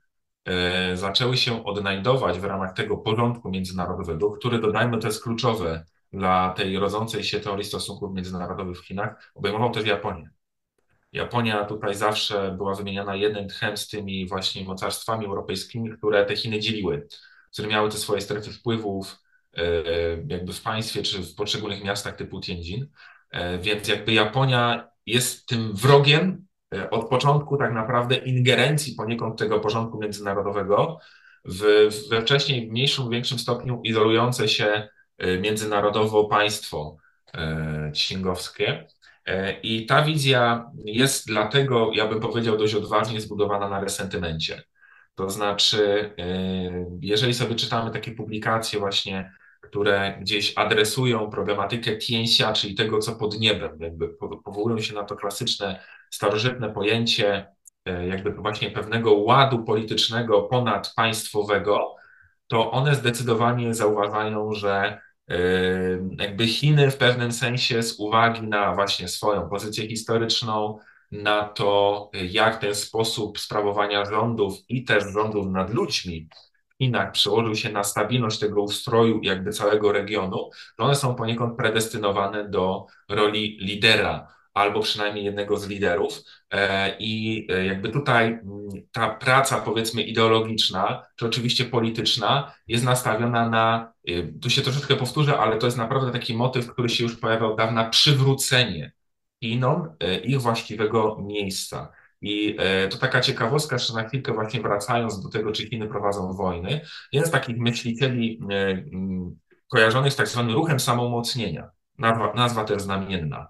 e, zaczęły się odnajdować w ramach tego porządku międzynarodowego, który, dodajmy, to jest kluczowe dla tej rodzącej się teorii stosunków międzynarodowych w Chinach, obejmował też Japonię. Japonia tutaj zawsze była wymieniana jednym tchem z tymi właśnie mocarstwami europejskimi, które te Chiny dzieliły, które miały te swoje strefy wpływów e, jakby w państwie czy w poszczególnych miastach typu Tianjin. E, Więc jakby Japonia jest tym wrogiem e, od początku tak naprawdę ingerencji poniekąd tego porządku międzynarodowego w, we wcześniej w mniejszym lub większym stopniu izolujące się e, międzynarodowo państwo e, ksingowskie. E, I ta wizja jest dlatego, ja bym powiedział, dość odważnie zbudowana na resentymencie. To znaczy, e, jeżeli sobie czytamy takie publikacje właśnie, które gdzieś adresują problematykę Tianxia, czyli tego, co pod niebem, jakby po- powołują się na to klasyczne, starożytne pojęcie e, jakby właśnie pewnego ładu politycznego ponadpaństwowego, to one zdecydowanie zauważają, że e, jakby Chiny w pewnym sensie z uwagi na właśnie swoją pozycję historyczną, na to, jak ten sposób sprawowania rządów i też rządów nad ludźmi w Chinach przełożył się na stabilność tego ustroju jakby całego regionu, to one są poniekąd predestynowane do roli lidera albo przynajmniej jednego z liderów. E, I e, jakby tutaj mm, ta praca, powiedzmy, ideologiczna, czy oczywiście polityczna, jest nastawiona na, y, tu się troszeczkę powtórzę, ale to jest naprawdę taki motyw, który się już pojawiał od dawna, przywrócenie Chinom e, ich właściwego miejsca. I e, to taka ciekawostka, że na chwilkę właśnie wracając do tego, czy Chiny prowadzą wojny, jeden z takich myślicieli e, m, kojarzonych z tak zwanym ruchem samoumocnienia, nazwa, nazwa też znamienna,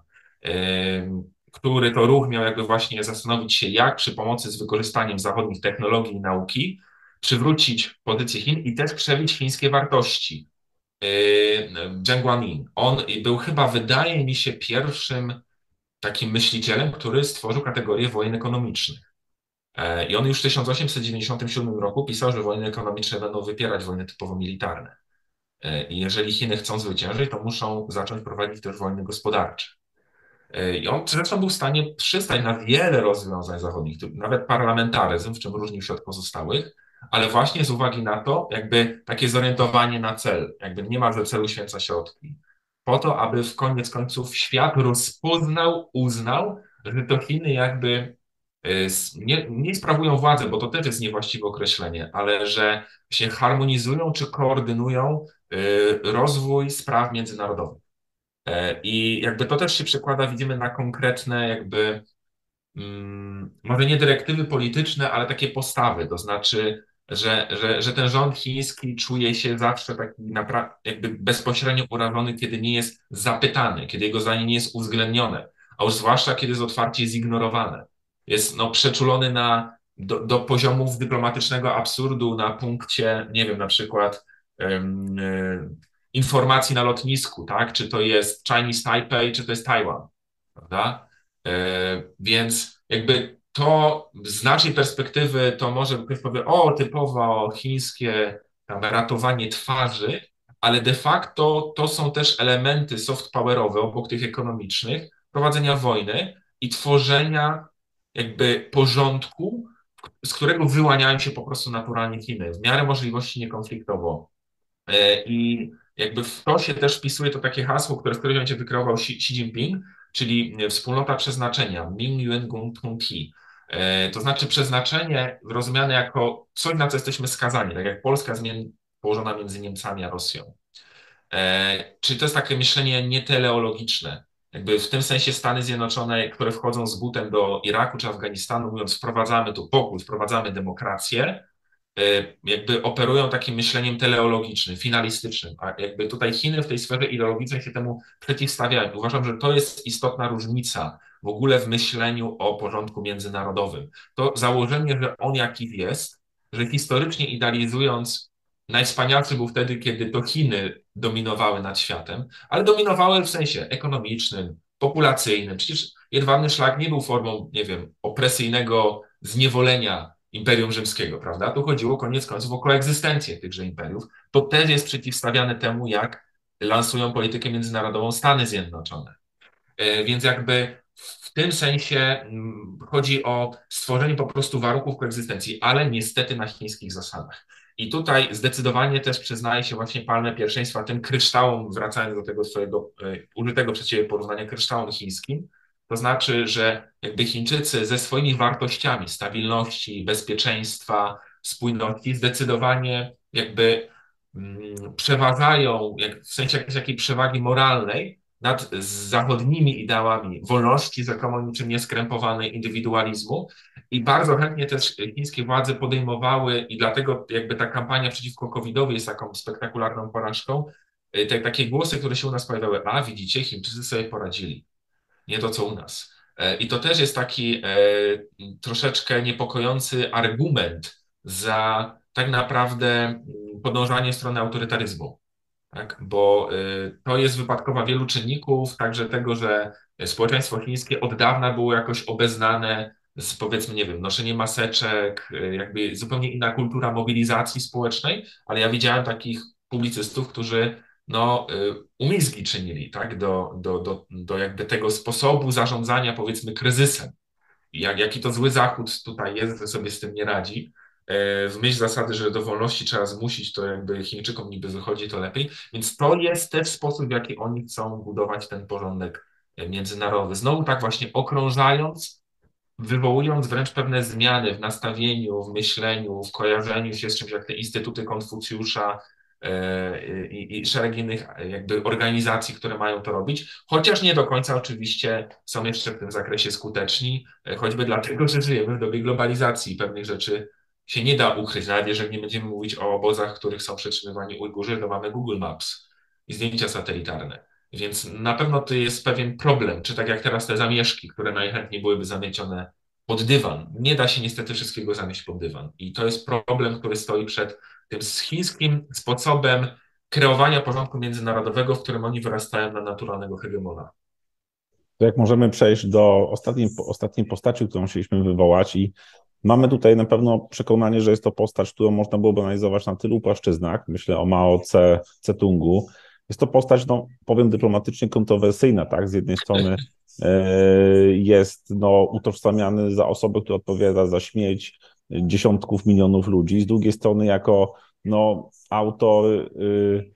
e, który to ruch miał jakby właśnie zastanowić się, jak przy pomocy z wykorzystaniem zachodnich technologii i nauki przywrócić pozycję Chin i też przebić chińskie wartości. Zheng Guanyin, on był chyba, wydaje mi się, pierwszym takim myślicielem, który stworzył kategorię wojen ekonomicznych. E, I on już w tysiąc osiemset dziewięćdziesiątym siódmym roku pisał, że wojny ekonomiczne będą wypierać wojny typowo militarne. E, I jeżeli Chiny chcą zwyciężyć, to muszą zacząć prowadzić też wojny gospodarcze. E, I on zresztą był w stanie przystać na wiele rozwiązań zachodnich, nawet parlamentaryzm, w czym różnił się od pozostałych, ale właśnie z uwagi na to, jakby takie zorientowanie na cel, jakby nie ma, że celu święca środki, po to, aby w koniec końców świat rozpoznał, uznał, że to Chiny jakby y, s- nie, nie sprawują władzy, bo to też jest niewłaściwe określenie, ale że się harmonizują czy koordynują y, rozwój spraw międzynarodowych. E, I jakby to też się przekłada, widzimy, na konkretne jakby, mm, może nie dyrektywy polityczne, ale takie postawy, to znaczy, że, że, że ten rząd chiński czuje się zawsze taki napra- jakby bezpośrednio urażony, kiedy nie jest zapytany, kiedy jego zdanie nie jest uwzględnione, a już zwłaszcza, kiedy jest otwarcie zignorowane. Jest no, przeczulony na, do, do poziomów dyplomatycznego absurdu na punkcie, nie wiem, na przykład em, e, informacji na lotnisku, tak? Czy to jest Chinese Taipei, czy to jest Tajwan, prawda? E, Więc jakby to z naszej perspektywy to może ktoś powie, o, typowo chińskie tam, ratowanie twarzy, ale de facto to są też elementy soft powerowe obok tych ekonomicznych, prowadzenia wojny i tworzenia jakby porządku, z którego wyłaniają się po prostu naturalnie Chiny, w miarę możliwości niekonfliktowo. E, I jakby w to się też wpisuje to takie hasło, które w którymś momencie wykreował Xi, Xi Jinping, czyli wspólnota przeznaczenia, Ming Yuan Gong Tong Ti. E, To znaczy przeznaczenie rozumiane jako coś, na co jesteśmy skazani, tak jak Polska zmien położona między Niemcami a Rosją. E, Czyli to jest takie myślenie nieteleologiczne. Jakby w tym sensie Stany Zjednoczone, które wchodzą z butem do Iraku czy Afganistanu, mówiąc, wprowadzamy tu pokój, wprowadzamy demokrację, y, jakby operują takim myśleniem teleologicznym, finalistycznym, a jakby tutaj Chiny w tej sferze ideologicznej się temu przeciwstawiają. Uważam, że to jest istotna różnica w ogóle w myśleniu o porządku międzynarodowym. To założenie, że on jakiś jest, że historycznie idealizując, najwspanialszy był wtedy, kiedy to Chiny dominowały nad światem, ale dominowały w sensie ekonomicznym, populacyjnym. Przecież Jedwabny Szlak nie był formą, nie wiem, opresyjnego zniewolenia Imperium Rzymskiego, prawda? Tu chodziło koniec końców o koegzystencję tychże imperiów. To też jest przeciwstawiane temu, jak lansują politykę międzynarodową Stany Zjednoczone. E, Więc jakby w w tym sensie mm, chodzi o stworzenie po prostu warunków koegzystencji, ale niestety na chińskich zasadach. I tutaj zdecydowanie też przyznaje się właśnie palmę pierwszeństwa tym kryształom, wracając do tego swojego y, użytego przez ciebie porównania kryształom chińskim. To znaczy, że jakby Chińczycy ze swoimi wartościami stabilności, bezpieczeństwa, spójności zdecydowanie jakby mm, przeważają, jak, w sensie jakiejś takiej przewagi moralnej nad zachodnimi ideałami wolności, rzekomo niczym nieskrępowanej indywidualizmu. I bardzo chętnie też chińskie władze podejmowały, i dlatego jakby ta kampania przeciwko covidowi jest taką spektakularną porażką, te takie głosy, które się u nas pojawiały, a widzicie, Chińczycy sobie poradzili, nie to co u nas. I to też jest taki e, troszeczkę niepokojący argument za tak naprawdę podążanie w stronę autorytaryzmu. Tak? Bo y, to jest wypadkowa wielu czynników, także tego, że społeczeństwo chińskie od dawna było jakoś obeznane z, powiedzmy, nie wiem, noszeniem maseczek, y, jakby zupełnie inna kultura mobilizacji społecznej, ale ja widziałem takich publicystów, którzy no, y, umizgi czynili, tak, do, do, do, do jakby tego sposobu zarządzania, powiedzmy, kryzysem. Jak, jaki to zły Zachód tutaj jest, że sobie z tym nie radzi. E, W myśl zasady, że do wolności trzeba zmusić, to jakby Chińczykom niby wychodzi, to lepiej. Więc to jest też sposób, w jaki oni chcą budować ten porządek e, międzynarodowy. Znowu tak właśnie okrążając, wywołując wręcz pewne zmiany w nastawieniu, w myśleniu, w kojarzeniu się z czymś jak te instytuty Konfucjusza e, i, i szereg innych e, jakby organizacji, które mają to robić, chociaż nie do końca oczywiście są jeszcze w tym zakresie skuteczni, e, choćby dlatego, że żyjemy w dobie globalizacji i pewnych rzeczy się nie da ukryć. Nawet jeżeli nie będziemy mówić o obozach, w których są przetrzymywani Ujgurzy, to mamy Google Maps i zdjęcia satelitarne. Więc na pewno to jest pewien problem, czy tak jak teraz te zamieszki, które najchętniej byłyby zamiecione pod dywan. Nie da się niestety wszystkiego zamieść pod dywan. I to jest problem, który stoi przed tym chińskim sposobem kreowania porządku międzynarodowego, w którym oni wyrastają na naturalnego hegemona. To jak możemy przejść do ostatniej, ostatniej postaci, którą chcieliśmy wywołać i mamy tutaj na pewno przekonanie, że jest to postać, którą można byłoby analizować na tylu płaszczyznach. Myślę o Mao Tse, Tse-tungu. Jest to postać, no, powiem dyplomatycznie, kontrowersyjna, tak? Z jednej strony e, jest no, utożsamiany za osobę, która odpowiada za śmierć dziesiątków milionów ludzi, z drugiej strony jako no, autor, y,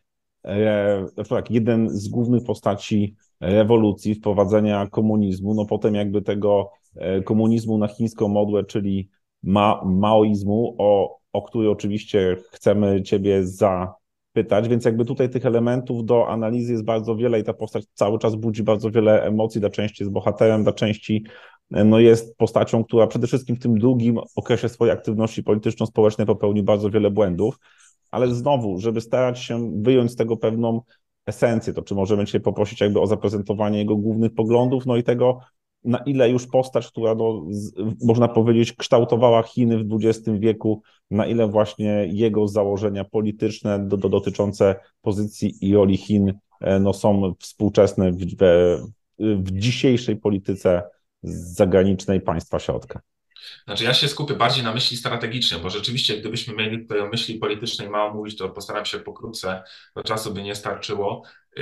e, tak, jeden z głównych postaci rewolucji, wprowadzenia komunizmu, no potem jakby tego komunizmu na chińską modłę, czyli ma, maoizmu, o, o który oczywiście chcemy Ciebie zapytać, więc jakby tutaj tych elementów do analizy jest bardzo wiele i ta postać cały czas budzi bardzo wiele emocji, dla części jest bohaterem, dla części no jest postacią, która przede wszystkim w tym długim okresie swojej aktywności polityczno-społecznej popełnił bardzo wiele błędów, ale znowu, żeby starać się wyjąć z tego pewną esencję, to czy możemy Cię poprosić jakby o zaprezentowanie jego głównych poglądów, no i tego, na ile już postać, która no, z, można powiedzieć kształtowała Chiny w dwudziestym wieku, na ile właśnie jego założenia polityczne do, do, dotyczące pozycji i roli Chin no, są współczesne w, w, w dzisiejszej polityce zagranicznej państwa środka. Znaczy ja się skupię bardziej na myśli strategicznej, bo rzeczywiście gdybyśmy mieli tutaj o myśli politycznej mało mówić, to postaram się pokrótce, bo czasu by nie starczyło.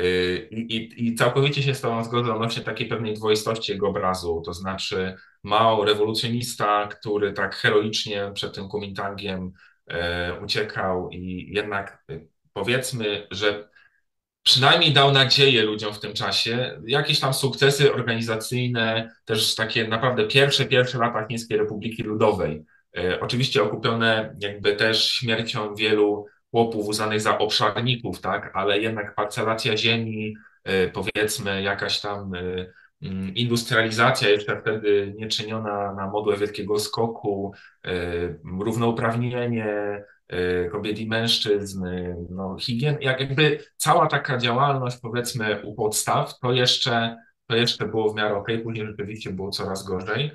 I, i, i całkowicie się z Tobą zgodzę odnośnie takiej pewnej dwoistości jego obrazu, to znaczy Mao, rewolucjonista, który tak heroicznie przed tym Kuomintangiem e, uciekał i jednak e, powiedzmy, że przynajmniej dał nadzieję ludziom w tym czasie, jakieś tam sukcesy organizacyjne, też takie naprawdę pierwsze, pierwsze lata Chińskiej Republiki Ludowej. E, oczywiście okupione jakby też śmiercią wielu chłopów uznanych za obszarników, tak, ale jednak parcelacja ziemi, e, powiedzmy jakaś tam e, industrializacja jeszcze wtedy nie czyniona na modłę Wielkiego Skoku, e, równouprawnienie kobiet i mężczyzn, no, higien, jak jakby cała taka działalność, powiedzmy, u podstaw, to jeszcze, to jeszcze było w miarę okej, później rzeczywiście było coraz gorzej.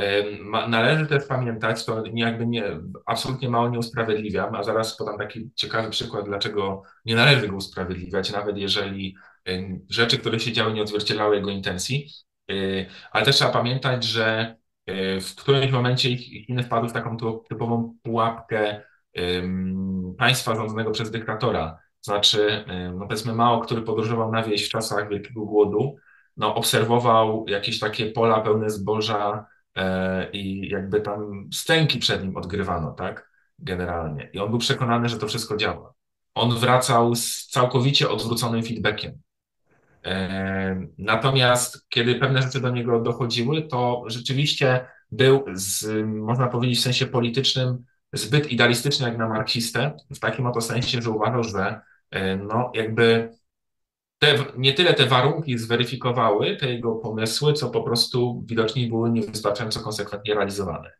Należy też pamiętać, to jakby nie, absolutnie mało nie usprawiedliwiam, a zaraz podam taki ciekawy przykład, dlaczego nie należy go usprawiedliwiać, nawet jeżeli rzeczy, które się działy, nie odzwierciedlały jego intencji, ale też trzeba pamiętać, że w którymś momencie Chiny wpadły w taką typową pułapkę państwa rządzonego przez dyktatora. Znaczy, no powiedzmy Mao, który podróżował na wieś w czasach Wielkiego Głodu, no, obserwował jakieś takie pola pełne zboża e, i jakby tam stęki przed nim odgrywano, tak? Generalnie. I on był przekonany, że to wszystko działa. On wracał z całkowicie odwróconym feedbackiem. E, Natomiast kiedy pewne rzeczy do niego dochodziły, to rzeczywiście był, z, można powiedzieć w sensie politycznym, zbyt idealistyczny jak na marksistę, w takim oto sensie, że uważał, że e, no, jakby te, nie tyle te warunki zweryfikowały te jego pomysły, co po prostu widocznie były niewystarczająco konsekwentnie realizowane.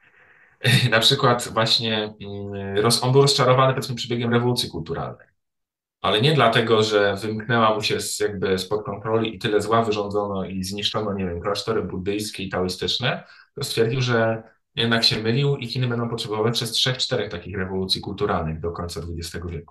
Na przykład właśnie mm, roz, on był rozczarowany powiedzmy przebiegiem rewolucji kulturalnej, ale nie dlatego, że wymknęła mu się z, jakby spod kontroli i tyle zła wyrządzono i zniszczono, nie wiem, klasztory buddyjskie i taoistyczne, to stwierdził, że jednak się mylił i Chiny będą potrzebowały przez trzech, czterech takich rewolucji kulturalnych do końca dwudziestego wieku.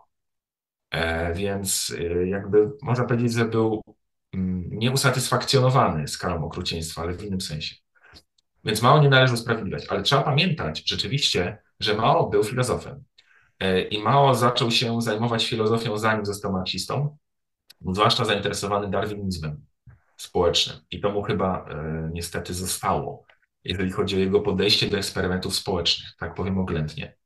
E, więc e, jakby można powiedzieć, że był mm, nieusatysfakcjonowany skalą okrucieństwa, ale w innym sensie. Więc Mao nie należy usprawiedliwiać, ale trzeba pamiętać rzeczywiście, że Mao był filozofem. E, I Mao zaczął się zajmować filozofią, zanim został marksistą, był zwłaszcza zainteresowany darwinizmem społecznym. I to mu chyba e, niestety zostało, jeżeli chodzi o jego podejście do eksperymentów społecznych, tak powiem oględnie.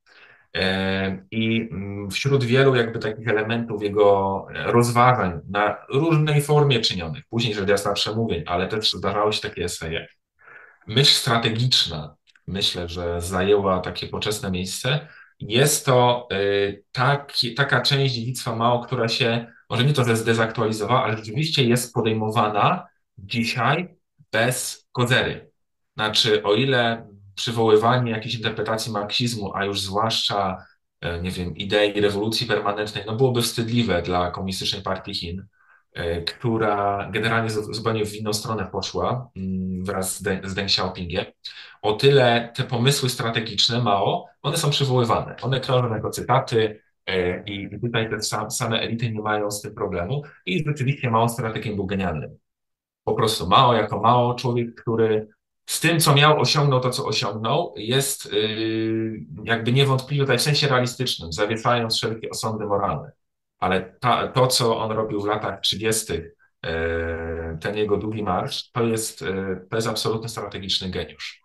E, I mm, wśród wielu jakby takich elementów jego rozważań na różnej formie czynionych, później rzecz jasna przemówień, ale też zdarzały się takie eseje, myśl strategiczna, myślę, że zajęła takie poczesne miejsce. Jest to y, taki, taka część dziedzictwa Mao, która się, może nie to, że zdezaktualizowała, ale rzeczywiście jest podejmowana dzisiaj bez kozery. Znaczy, o ile przywoływanie jakiejś interpretacji marksizmu, a już zwłaszcza, e, nie wiem, idei rewolucji permanentnej, no byłoby wstydliwe dla Komunistycznej Partii Chin, e, która generalnie z- zupełnie w inną stronę poszła mm, wraz z, De- z Deng Xiaopingiem. O tyle te pomysły strategiczne Mao, one są przywoływane. One krążą jako cytaty e, i i tutaj te sam, same elity nie mają z tym problemu. I rzeczywiście Mao strategiem był genialnym. Po prostu Mao jako Mao, człowiek, który z tym, co miał, osiągnął to, co osiągnął, jest yy, jakby niewątpliwie tutaj w sensie realistycznym, zawieszając wszelkie osądy moralne. Ale ta, to, co on robił w latach trzydziestych, yy, ten jego długi marsz, to jest, yy, to jest absolutny strategiczny geniusz.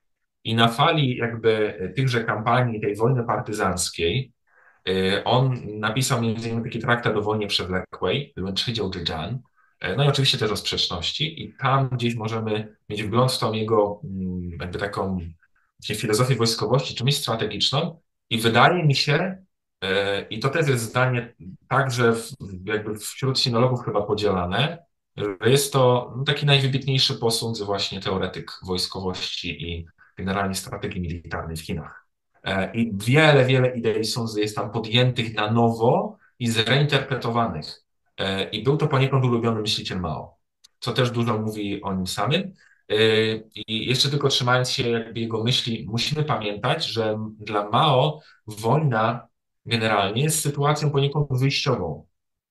I na fali jakby tychże kampanii, tej wojny partyzanckiej, y, on napisał między innymi taki traktat o wojnie przewlekłej, Luenczydział Zhejiang, no i oczywiście też o sprzeczności i tam gdzieś możemy mieć wgląd w tą jego mm, jakby taką właśnie filozofię wojskowości, czymś strategiczną i wydaje mi się, y, i to też jest zdanie także w, jakby wśród sinologów chyba podzielane, że jest to no, taki najwybitniejszy posądz właśnie teoretyk wojskowości i generalnie strategii militarnej w Chinach. E, I wiele, wiele idei są, jest tam podjętych na nowo i zreinterpretowanych. E, I był to poniekąd ulubiony myśliciel Mao, co też dużo mówi o nim samym. E, I jeszcze tylko trzymając się jakby jego myśli, musimy pamiętać, że dla Mao wojna generalnie jest sytuacją poniekąd wyjściową.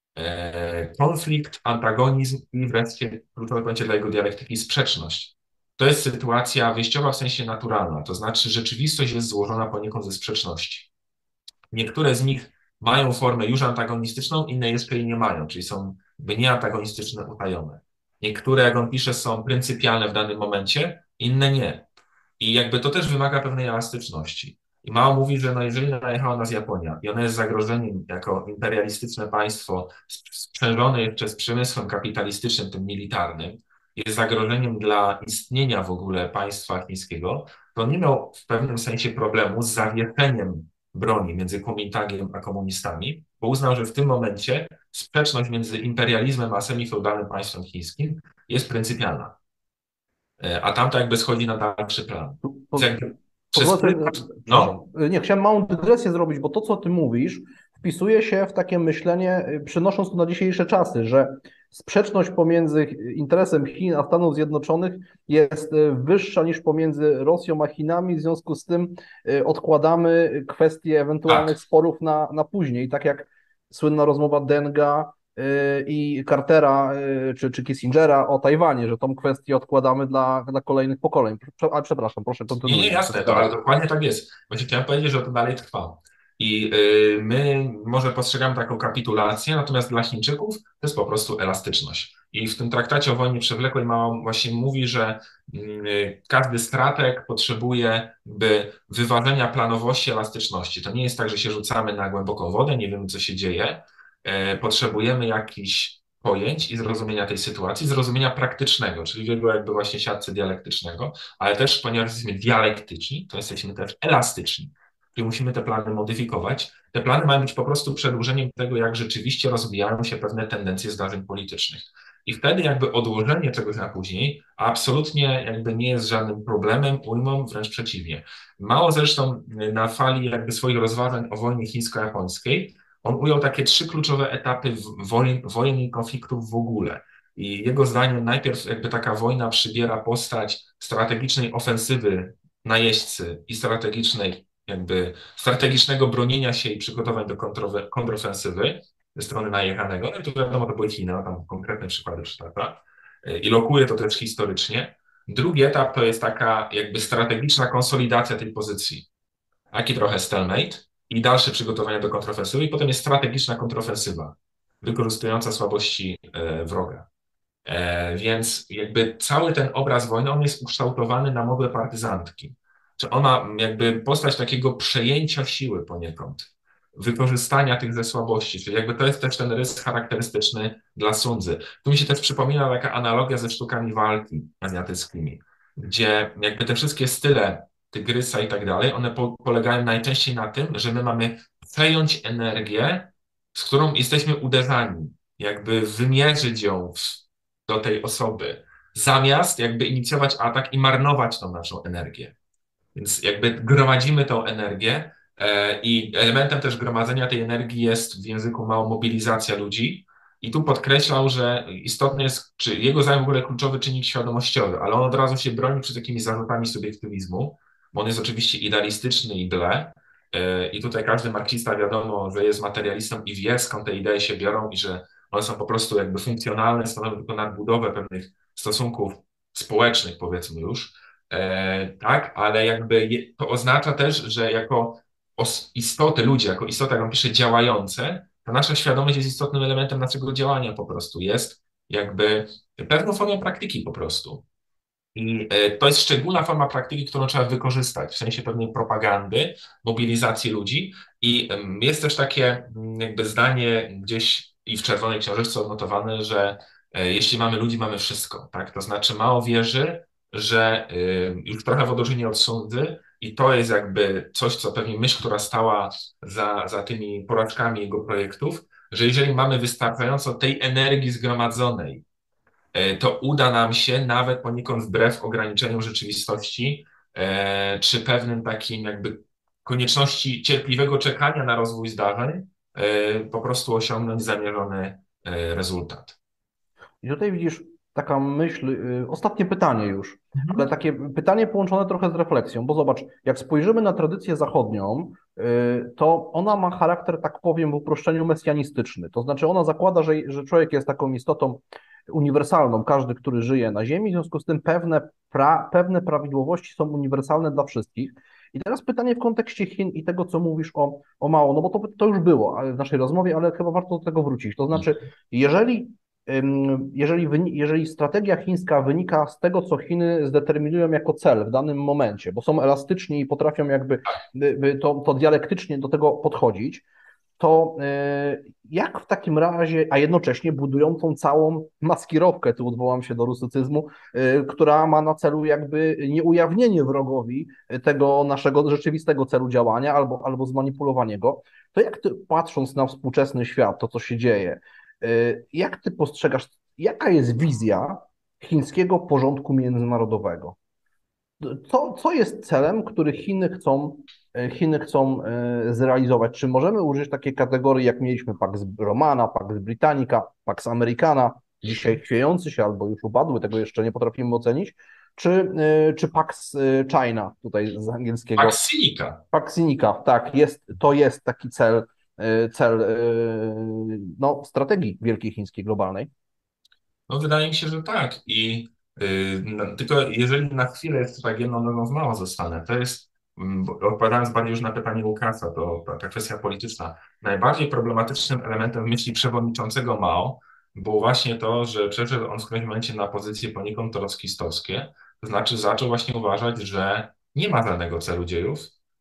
E, Konflikt, antagonizm i wreszcie kluczowe pojęcie dla jego dialektyki sprzeczność. To jest sytuacja wyjściowa w sensie naturalna, to znaczy rzeczywistość jest złożona poniekąd ze sprzeczności. Niektóre z nich mają formę już antagonistyczną, inne jeszcze jej nie mają, czyli są jakby nieantagonistyczne, utajone. Niektóre, jak on pisze, są pryncypialne w danym momencie, inne nie. I jakby to też wymaga pewnej elastyczności. I Mao mówi, że no jeżeli najechała nas Japonia i ona jest zagrożeniem jako imperialistyczne państwo sprzężone jeszcze z przemysłem kapitalistycznym, tym militarnym, jest zagrożeniem dla istnienia w ogóle państwa chińskiego, to on nie miał w pewnym sensie problemu z zawieszeniem broni między Kuomintangiem a komunistami, bo uznał, że w tym momencie sprzeczność między imperializmem a semifeudalnym państwem chińskim jest pryncypialna. E, A tamto jakby schodzi na dalszy plan. Po, Więc jakby przez pozwolę sobie, pryzmat, przepraszam, no, nie, chciałem małą dygresję zrobić, bo to, co ty mówisz, wpisuje się w takie myślenie, y, przenosząc to na dzisiejsze czasy, że sprzeczność pomiędzy interesem Chin a Stanów Zjednoczonych jest y, wyższa niż pomiędzy Rosją a Chinami, w związku z tym y, odkładamy kwestie ewentualnych tak. sporów na, na później, tak jak słynna rozmowa Denga y, i Cartera y, czy, czy Kissingera o Tajwanie, że tą kwestię odkładamy dla, dla kolejnych pokoleń. Prze- Ale przepraszam, proszę Nie, nie, kontynuuj. jasne, to, ale dokładnie tak jest. Właśnie chciałem powiedzieć, że to dalej trwa. I y, my może postrzegamy taką kapitulację, natomiast dla Chińczyków to jest po prostu elastyczność. I w tym traktacie o wojnie przewlekłej Mao właśnie mówi, że y, każdy strateg potrzebuje by wyważenia planowości, elastyczności. To nie jest tak, że się rzucamy na głęboką wodę, nie wiemy, co się dzieje. E, Potrzebujemy jakichś pojęć i zrozumienia tej sytuacji, zrozumienia praktycznego, czyli w jego jakby właśnie siatce dialektycznego, ale też, ponieważ jesteśmy dialektyczni, to jesteśmy też elastyczni. Czyli musimy te plany modyfikować. Te plany mają być po prostu przedłużeniem tego, jak rzeczywiście rozwijają się pewne tendencje zdarzeń politycznych. I wtedy jakby odłożenie czegoś na później absolutnie jakby nie jest żadnym problemem, ujmą, wręcz przeciwnie. Mało zresztą na fali jakby swoich rozważań o wojnie chińsko-japońskiej, on ujął takie trzy kluczowe etapy wojen, wojen i konfliktów w ogóle. I jego zdaniem najpierw jakby taka wojna przybiera postać strategicznej ofensywy najeźdźcy i strategicznej jakby strategicznego bronienia się i przygotowań do kontrowe- kontrofensywy ze strony najechanego. No i tu wiadomo, to były Chiny, no tam konkretne przykłady przytacza. I lokuje to też historycznie. Drugi etap to jest taka jakby strategiczna konsolidacja tej pozycji. Taki trochę stalemate i dalsze przygotowania do kontrofensywy i potem jest strategiczna kontrofensywa, wykorzystująca słabości e, wroga. E, więc jakby cały ten obraz wojny, on jest ukształtowany na modłę partyzantki. Czy ona jakby postać takiego przejęcia siły poniekąd, wykorzystania tych ze słabości, czyli jakby to jest też ten rys charakterystyczny dla Sundzy. Tu mi się też przypomina taka analogia ze sztukami walki azjatyckimi, gdzie jakby te wszystkie style Tygrysa i tak dalej, one po, polegają najczęściej na tym, że my mamy przejąć energię, z którą jesteśmy uderzani, jakby wymierzyć ją w do tej osoby, zamiast jakby inicjować atak i marnować tą naszą energię. Więc jakby gromadzimy tą energię e, i elementem też gromadzenia tej energii jest w języku Mao mobilizacja ludzi. I tu podkreślał, że istotny jest, czy jego zdaniem w ogóle kluczowy czynnik świadomościowy, ale on od razu się broni przed jakimiś zarzutami subiektywizmu, bo on jest oczywiście idealistyczny i ble. E, I tutaj każdy marksista wiadomo, że jest materialistą i wie, skąd te idee się biorą i że one są po prostu jakby funkcjonalne, stanowią tylko nadbudowę pewnych stosunków społecznych, powiedzmy już. E, tak, ale jakby je, to oznacza też, że jako os, istoty, ludzie, jako istoty, jak on pisze, działające, to nasza świadomość jest istotnym elementem naszego działania po prostu. Jest jakby pewną formą praktyki po prostu. I e, to jest szczególna forma praktyki, którą trzeba wykorzystać, w sensie pewnej propagandy, mobilizacji ludzi. I em, jest też takie mm, jakby zdanie gdzieś i w Czerwonej Książeczce odnotowane, że e, jeśli mamy ludzi, mamy wszystko, tak? To znaczy Mao wierzy, że y, już trochę w odróżnieniu od Sundzy i to jest jakby coś, co pewnie myśl, która stała za, za tymi porażkami jego projektów, że jeżeli mamy wystarczająco tej energii zgromadzonej, e, to uda nam się nawet poniekąd wbrew ograniczeniom rzeczywistości, e, czy pewnym takim jakby konieczności cierpliwego czekania na rozwój zdarzeń, e, po prostu osiągnąć zamierzony e, rezultat. I tutaj widzisz taka myśl, y, ostatnie pytanie już, ale Mhm. takie pytanie połączone trochę z refleksją, bo zobacz, jak spojrzymy na tradycję zachodnią, y, to ona ma charakter, tak powiem, w uproszczeniu mesjanistyczny. To znaczy ona zakłada, że, że człowiek jest taką istotą uniwersalną, każdy, który żyje na Ziemi, w związku z tym pewne, pra, pewne prawidłowości są uniwersalne dla wszystkich. I teraz pytanie w kontekście Chin i tego, co mówisz o, o Mao, no bo to, to już było w naszej rozmowie, ale chyba warto do tego wrócić. To znaczy, jeżeli ym, jeżeli, wyni- jeżeli strategia chińska wynika z tego, co Chiny zdeterminują jako cel w danym momencie, bo są elastyczni i potrafią jakby by, by to, to dialektycznie do tego podchodzić, to y, jak w takim razie, a jednocześnie budują tą całą maskirowkę, tu odwołam się do rusycyzmu, y, która ma na celu jakby nieujawnienie wrogowi tego naszego rzeczywistego celu działania albo, albo zmanipulowanie go, to jak ty, patrząc na współczesny świat, to co się dzieje, y, jak ty postrzegasz, jaka jest wizja chińskiego porządku międzynarodowego? Co, co jest celem, który Chiny chcą, e, Chiny chcą e, zrealizować? Czy możemy użyć takiej kategorii, jak mieliśmy Pax Romana, Pax Britannica, Pax Americana, dzisiaj chwiejący się albo już upadły, tego jeszcze nie potrafimy ocenić, czy, e, czy Pax e, China, tutaj z angielskiego, Aksinika. Pax Sinica, tak, jest, to jest taki cel, e, cel e, no, strategii wielkiej chińskiej globalnej. No wydaje mi się, że tak. I yy, no, tylko jeżeli na chwilę jeszcze tak jedną nogą w mało zostanę, to jest mm, bo odpowiadając bardziej już na pytanie Łukasza, to ta, ta kwestia polityczna, najbardziej problematycznym elementem myśli przewodniczącego Mao było właśnie to, że przeszedł on w którymś momencie na pozycje poniekąd trockistowskie, to znaczy zaczął właśnie uważać, że nie ma żadnego celu dziejów,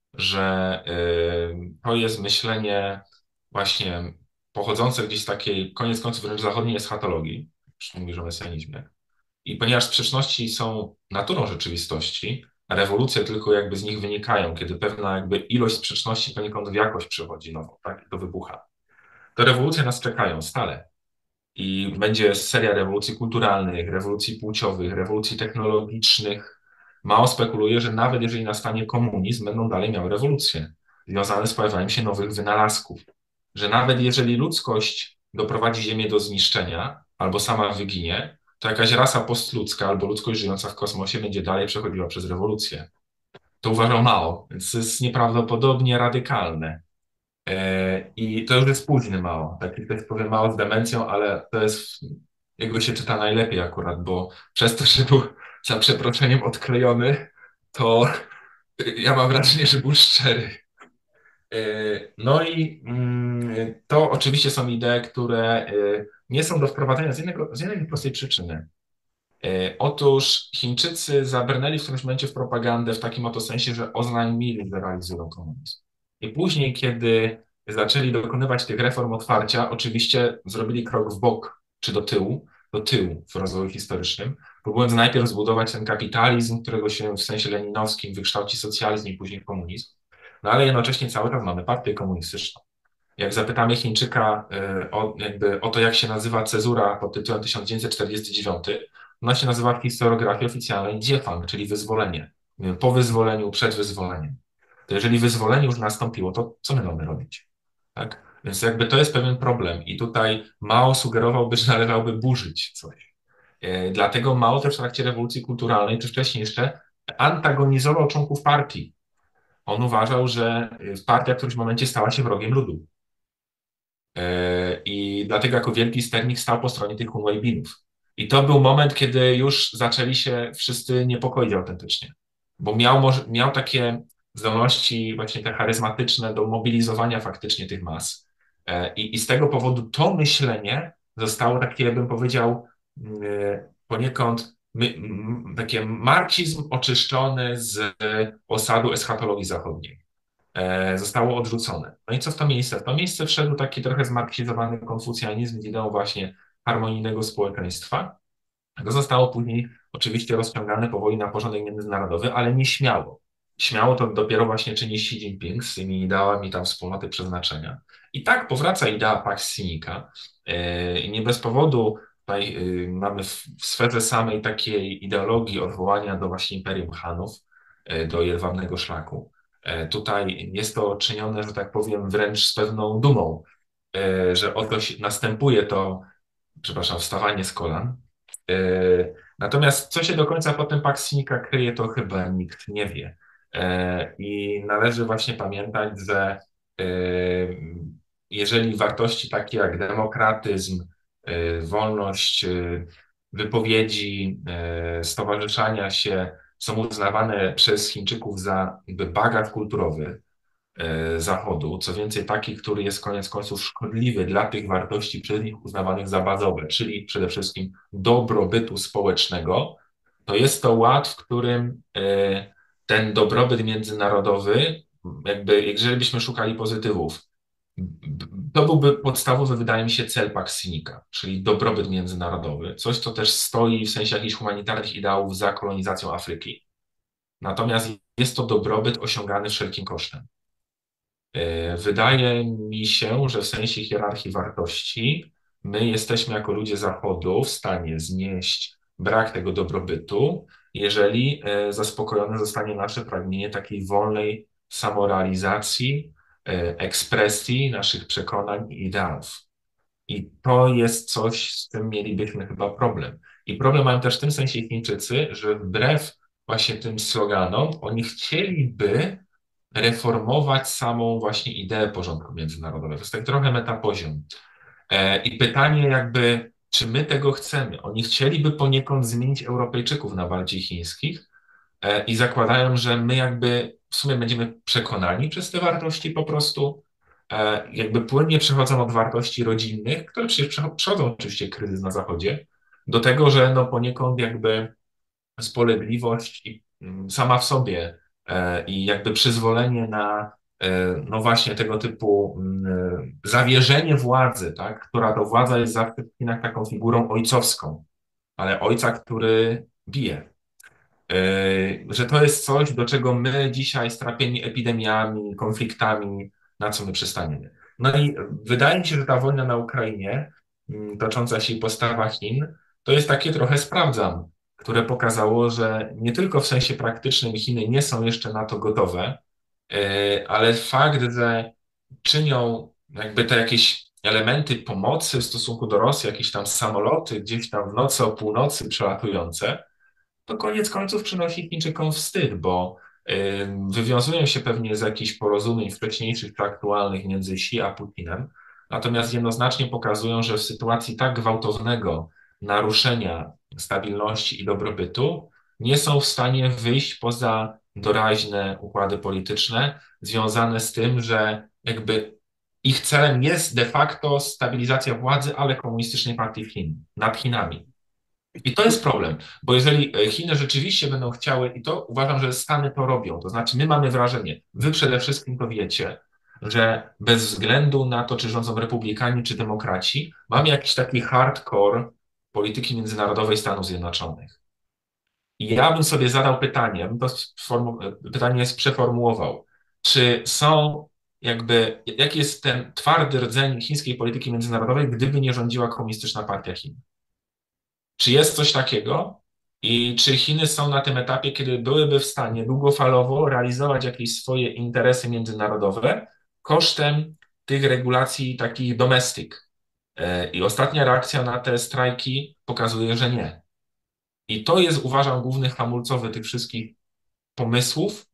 że y, to jest myślenie właśnie pochodzące gdzieś z takiej, koniec końców wręcz zachodniej eschatologii, już nie mówisz o mesjanizmie. I ponieważ sprzeczności są naturą rzeczywistości, a rewolucje tylko jakby z nich wynikają, kiedy pewna jakby ilość sprzeczności poniekąd w jakość przechodzi nową, tak, i to wybucha. To rewolucje nas czekają stale. I będzie seria rewolucji kulturalnych, rewolucji płciowych, rewolucji technologicznych. Mao spekuluje, że nawet jeżeli nastanie komunizm, będą dalej miały rewolucje związane z pojawianiem się nowych wynalazków. Że nawet jeżeli ludzkość doprowadzi Ziemię do zniszczenia albo sama wyginie, to jakaś rasa postludzka albo ludzkość żyjąca w kosmosie będzie dalej przechodziła przez rewolucję. To uważał Mao, więc to jest nieprawdopodobnie radykalne. E, I to już jest późny Mao. Taki ktoś powie Mao z demencją, ale to jest, jego się czyta najlepiej akurat, bo przez to, że był za przeproszeniem odklejony, to ja mam wrażenie, że był szczery. E, No i mm, to oczywiście są idee, które e, nie są do wprowadzenia z jednego, z jednej prostej przyczyny. E, Otóż Chińczycy zabrnęli w którymś momencie w propagandę w takim oto sensie, że oznajmili, że realizują komunizm. I później, kiedy zaczęli dokonywać tych reform otwarcia, oczywiście zrobili krok w bok, czy do tyłu, do tyłu w rozwoju historycznym, próbując najpierw zbudować ten kapitalizm, którego się w sensie leninowskim wykształci socjalizm i później komunizm. No ale jednocześnie cały czas mamy partię komunistyczną. Jak zapytamy Chińczyka y, o, jakby, o to, jak się nazywa cezura pod tytułem tysiąc dziewięćset czterdziesty dziewiąty, ona się nazywa w historiografii oficjalnej Dziefang, czyli wyzwolenie. Po wyzwoleniu, przed wyzwoleniem. To jeżeli wyzwolenie już nastąpiło, to co my mamy robić? Tak? Więc jakby to jest pewien problem i tutaj Mao sugerowałby, że należałoby burzyć coś. E, Dlatego Mao też w trakcie rewolucji kulturalnej, czy wcześniej jeszcze, antagonizował członków partii. On uważał, że partia w którymś momencie stała się wrogiem ludu. E, I dlatego jako wielki sternik stał po stronie tych Hunwejbinów. I to był moment, kiedy już zaczęli się wszyscy niepokoić autentycznie, bo miał, może, miał takie zdolności właśnie te charyzmatyczne do mobilizowania faktycznie tych mas. E, I, I z tego powodu to myślenie zostało takie, bym powiedział, e, poniekąd my, m, takie marksizm oczyszczony z osadu eschatologii zachodniej e, zostało odrzucone. No i co w to miejsce? W to miejsce wszedł taki trochę zmarksizowany konfucjanizm z ideą właśnie harmonijnego społeczeństwa. To zostało później oczywiście rozciągane powoli na porządek międzynarodowy, ale nie śmiało. Śmiało to dopiero właśnie czyni Xi Jinping z tymi ideałami tam wspólnoty przeznaczenia. I tak powraca idea Pax Sinica. E, Nie bez powodu tutaj y, mamy w w sferze samej takiej ideologii odwołania do właśnie Imperium Hanów, e, do jedwabnego szlaku. E, Tutaj jest to czynione, że tak powiem, wręcz z pewną dumą, e, że oto się- następuje to, przepraszam, wstawanie z kolan. E, Natomiast co się do końca potem Pax Sinica kryje, to chyba nikt nie wie. E, I należy właśnie pamiętać, że e, jeżeli wartości takie jak demokratyzm, e, wolność e, wypowiedzi, e, stowarzyszania się są uznawane przez Chińczyków za jakby bagaż kulturowy e, Zachodu, co więcej taki, który jest koniec końców szkodliwy dla tych wartości przez nich uznawanych za bazowe, czyli przede wszystkim dobrobytu społecznego, to jest to ład, w którym e, ten dobrobyt międzynarodowy, jakby jeżeli byśmy szukali pozytywów, to byłby podstawowy, wydaje mi się, cel Pax Sinica, czyli dobrobyt międzynarodowy, coś, co też stoi w sensie jakichś humanitarnych ideałów za kolonizacją Afryki. Natomiast jest to dobrobyt osiągany wszelkim kosztem. E, Wydaje mi się, że w sensie hierarchii wartości my jesteśmy jako ludzie Zachodu w stanie znieść brak tego dobrobytu, jeżeli e, zaspokojone zostanie nasze pragnienie takiej wolnej samorealizacji, e, ekspresji naszych przekonań i ideałów. I to jest coś, z czym mielibyśmy chyba problem. I problem mają też w tym sensie Chińczycy, że wbrew właśnie tym sloganom, oni chcieliby reformować samą właśnie ideę porządku międzynarodowego. To jest tak trochę metapoziom. E, I pytanie jakby, czy my tego chcemy? Oni chcieliby poniekąd zmienić Europejczyków na bardziej chińskich e, i zakładają, że my jakby w sumie będziemy przekonani przez te wartości po prostu, e, jakby płynnie przechodzą od wartości rodzinnych, które przecież przecho- przechodzą oczywiście kryzys na Zachodzie, do tego, że no poniekąd jakby spolegliwość i, mm, sama w sobie e, i jakby przyzwolenie na e, no właśnie tego typu mm, zawierzenie władzy, tak, która to władza jest zawsze w Chinach taką figurą ojcowską, ale ojca, który bije. Yy, że to jest coś, do czego my dzisiaj strapieni epidemiami, konfliktami, na co my przystaniemy. No i wydaje mi się, że ta wojna na Ukrainie, mm, tocząca się i postawa Chin, to jest takie trochę sprawdzam, które pokazało, że nie tylko w sensie praktycznym Chiny nie są jeszcze na to gotowe, yy, ale fakt, że czynią jakby te jakieś elementy pomocy w stosunku do Rosji, jakieś tam samoloty gdzieś tam w nocy o północy przelatujące, to koniec końców przynosi Chińczykom wstyd, bo y, wywiązują się pewnie z jakichś porozumień wcześniejszych czy aktualnych między Xi a Putinem, natomiast jednoznacznie pokazują, że w sytuacji tak gwałtownego naruszenia stabilności i dobrobytu nie są w stanie wyjść poza doraźne układy polityczne związane z tym, że jakby ich celem jest de facto stabilizacja władzy, ale komunistycznej partii Chin nad Chinami. I to jest problem, bo jeżeli e, Chiny rzeczywiście będą chciały, i to uważam, że Stany to robią, to znaczy my mamy wrażenie, wy przede wszystkim to wiecie, że bez względu na to, czy rządzą republikanie, czy demokraci, mamy jakiś taki hardcore polityki międzynarodowej Stanów Zjednoczonych. I ja bym sobie zadał pytanie, ja bym to sformu- pytanie przeformułował, czy są jakby, jaki jest ten twardy rdzeń chińskiej polityki międzynarodowej, gdyby nie rządziła komunistyczna partia Chin? Czy jest coś takiego i czy Chiny są na tym etapie, kiedy byłyby w stanie długofalowo realizować jakieś swoje interesy międzynarodowe kosztem tych regulacji takich domestic? E, I ostatnia reakcja na te strajki pokazuje, że nie. I to jest, uważam, główny hamulcowy tych wszystkich pomysłów,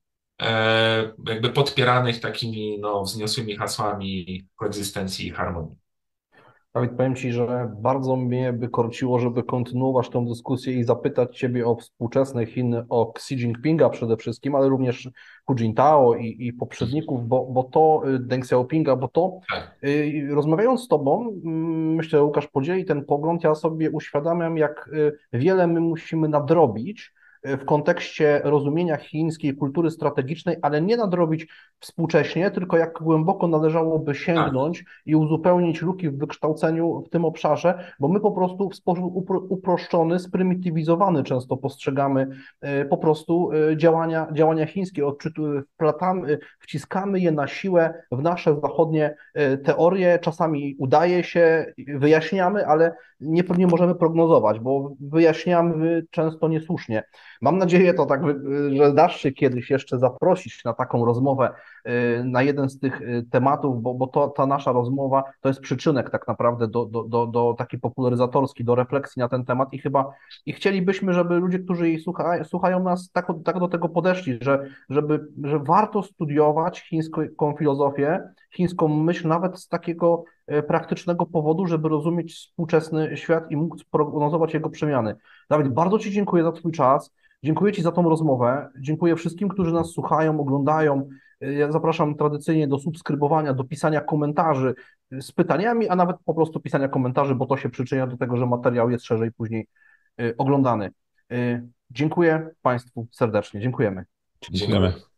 e, jakby podpieranych takimi no, wzniosłymi hasłami koegzystencji i harmonii. Dawid, powiem Ci, że bardzo mnie by korciło, żeby kontynuować tę dyskusję i zapytać Ciebie o współczesne Chiny, o Xi Jinpinga przede wszystkim, ale również Hu Jintao i, i poprzedników, bo, bo to y, Deng Xiaopinga, bo to Tak, y, rozmawiając z Tobą, mm, myślę, że Łukasz podzieli ten pogląd, ja sobie uświadamiam, jak y, wiele my musimy nadrobić y, w kontekście rozumienia chińskiej kultury strategicznej, ale nie nadrobić współcześnie, tylko jak głęboko należałoby tak, sięgnąć i uzupełnić luki w wykształceniu w tym obszarze, bo my po prostu w sposób upro, uproszczony, sprymitywizowany często postrzegamy e, po prostu e, działania, działania chińskie, odczytu, wplatamy, wciskamy je na siłę w nasze zachodnie e, teorie, czasami udaje się, wyjaśniamy, ale nie, nie możemy prognozować, bo wyjaśniamy często niesłusznie. Mam nadzieję, to tak, że dasz się kiedyś jeszcze zaprosić na taką rozmowę, na jeden z tych tematów, bo, bo to, ta nasza rozmowa to jest przyczynek tak naprawdę do, do, do, do taki popularyzatorski, do refleksji na ten temat i chyba i chcielibyśmy, żeby ludzie, którzy jej słucha, słuchają nas, tak, tak do tego podeszli, że, żeby, że warto studiować chińską filozofię, chińską myśl nawet z takiego praktycznego powodu, żeby rozumieć współczesny świat i móc prognozować jego przemiany. Dawid, bardzo Ci dziękuję za Twój czas. Dziękuję Ci za tą rozmowę. Dziękuję wszystkim, którzy nas słuchają, oglądają. Ja zapraszam tradycyjnie do subskrybowania, do pisania komentarzy z pytaniami, a nawet po prostu pisania komentarzy, bo to się przyczynia do tego, że materiał jest szerzej później y, oglądany. Y, Dziękuję Państwu serdecznie. Dziękujemy. dzień Dziękujemy. dobry.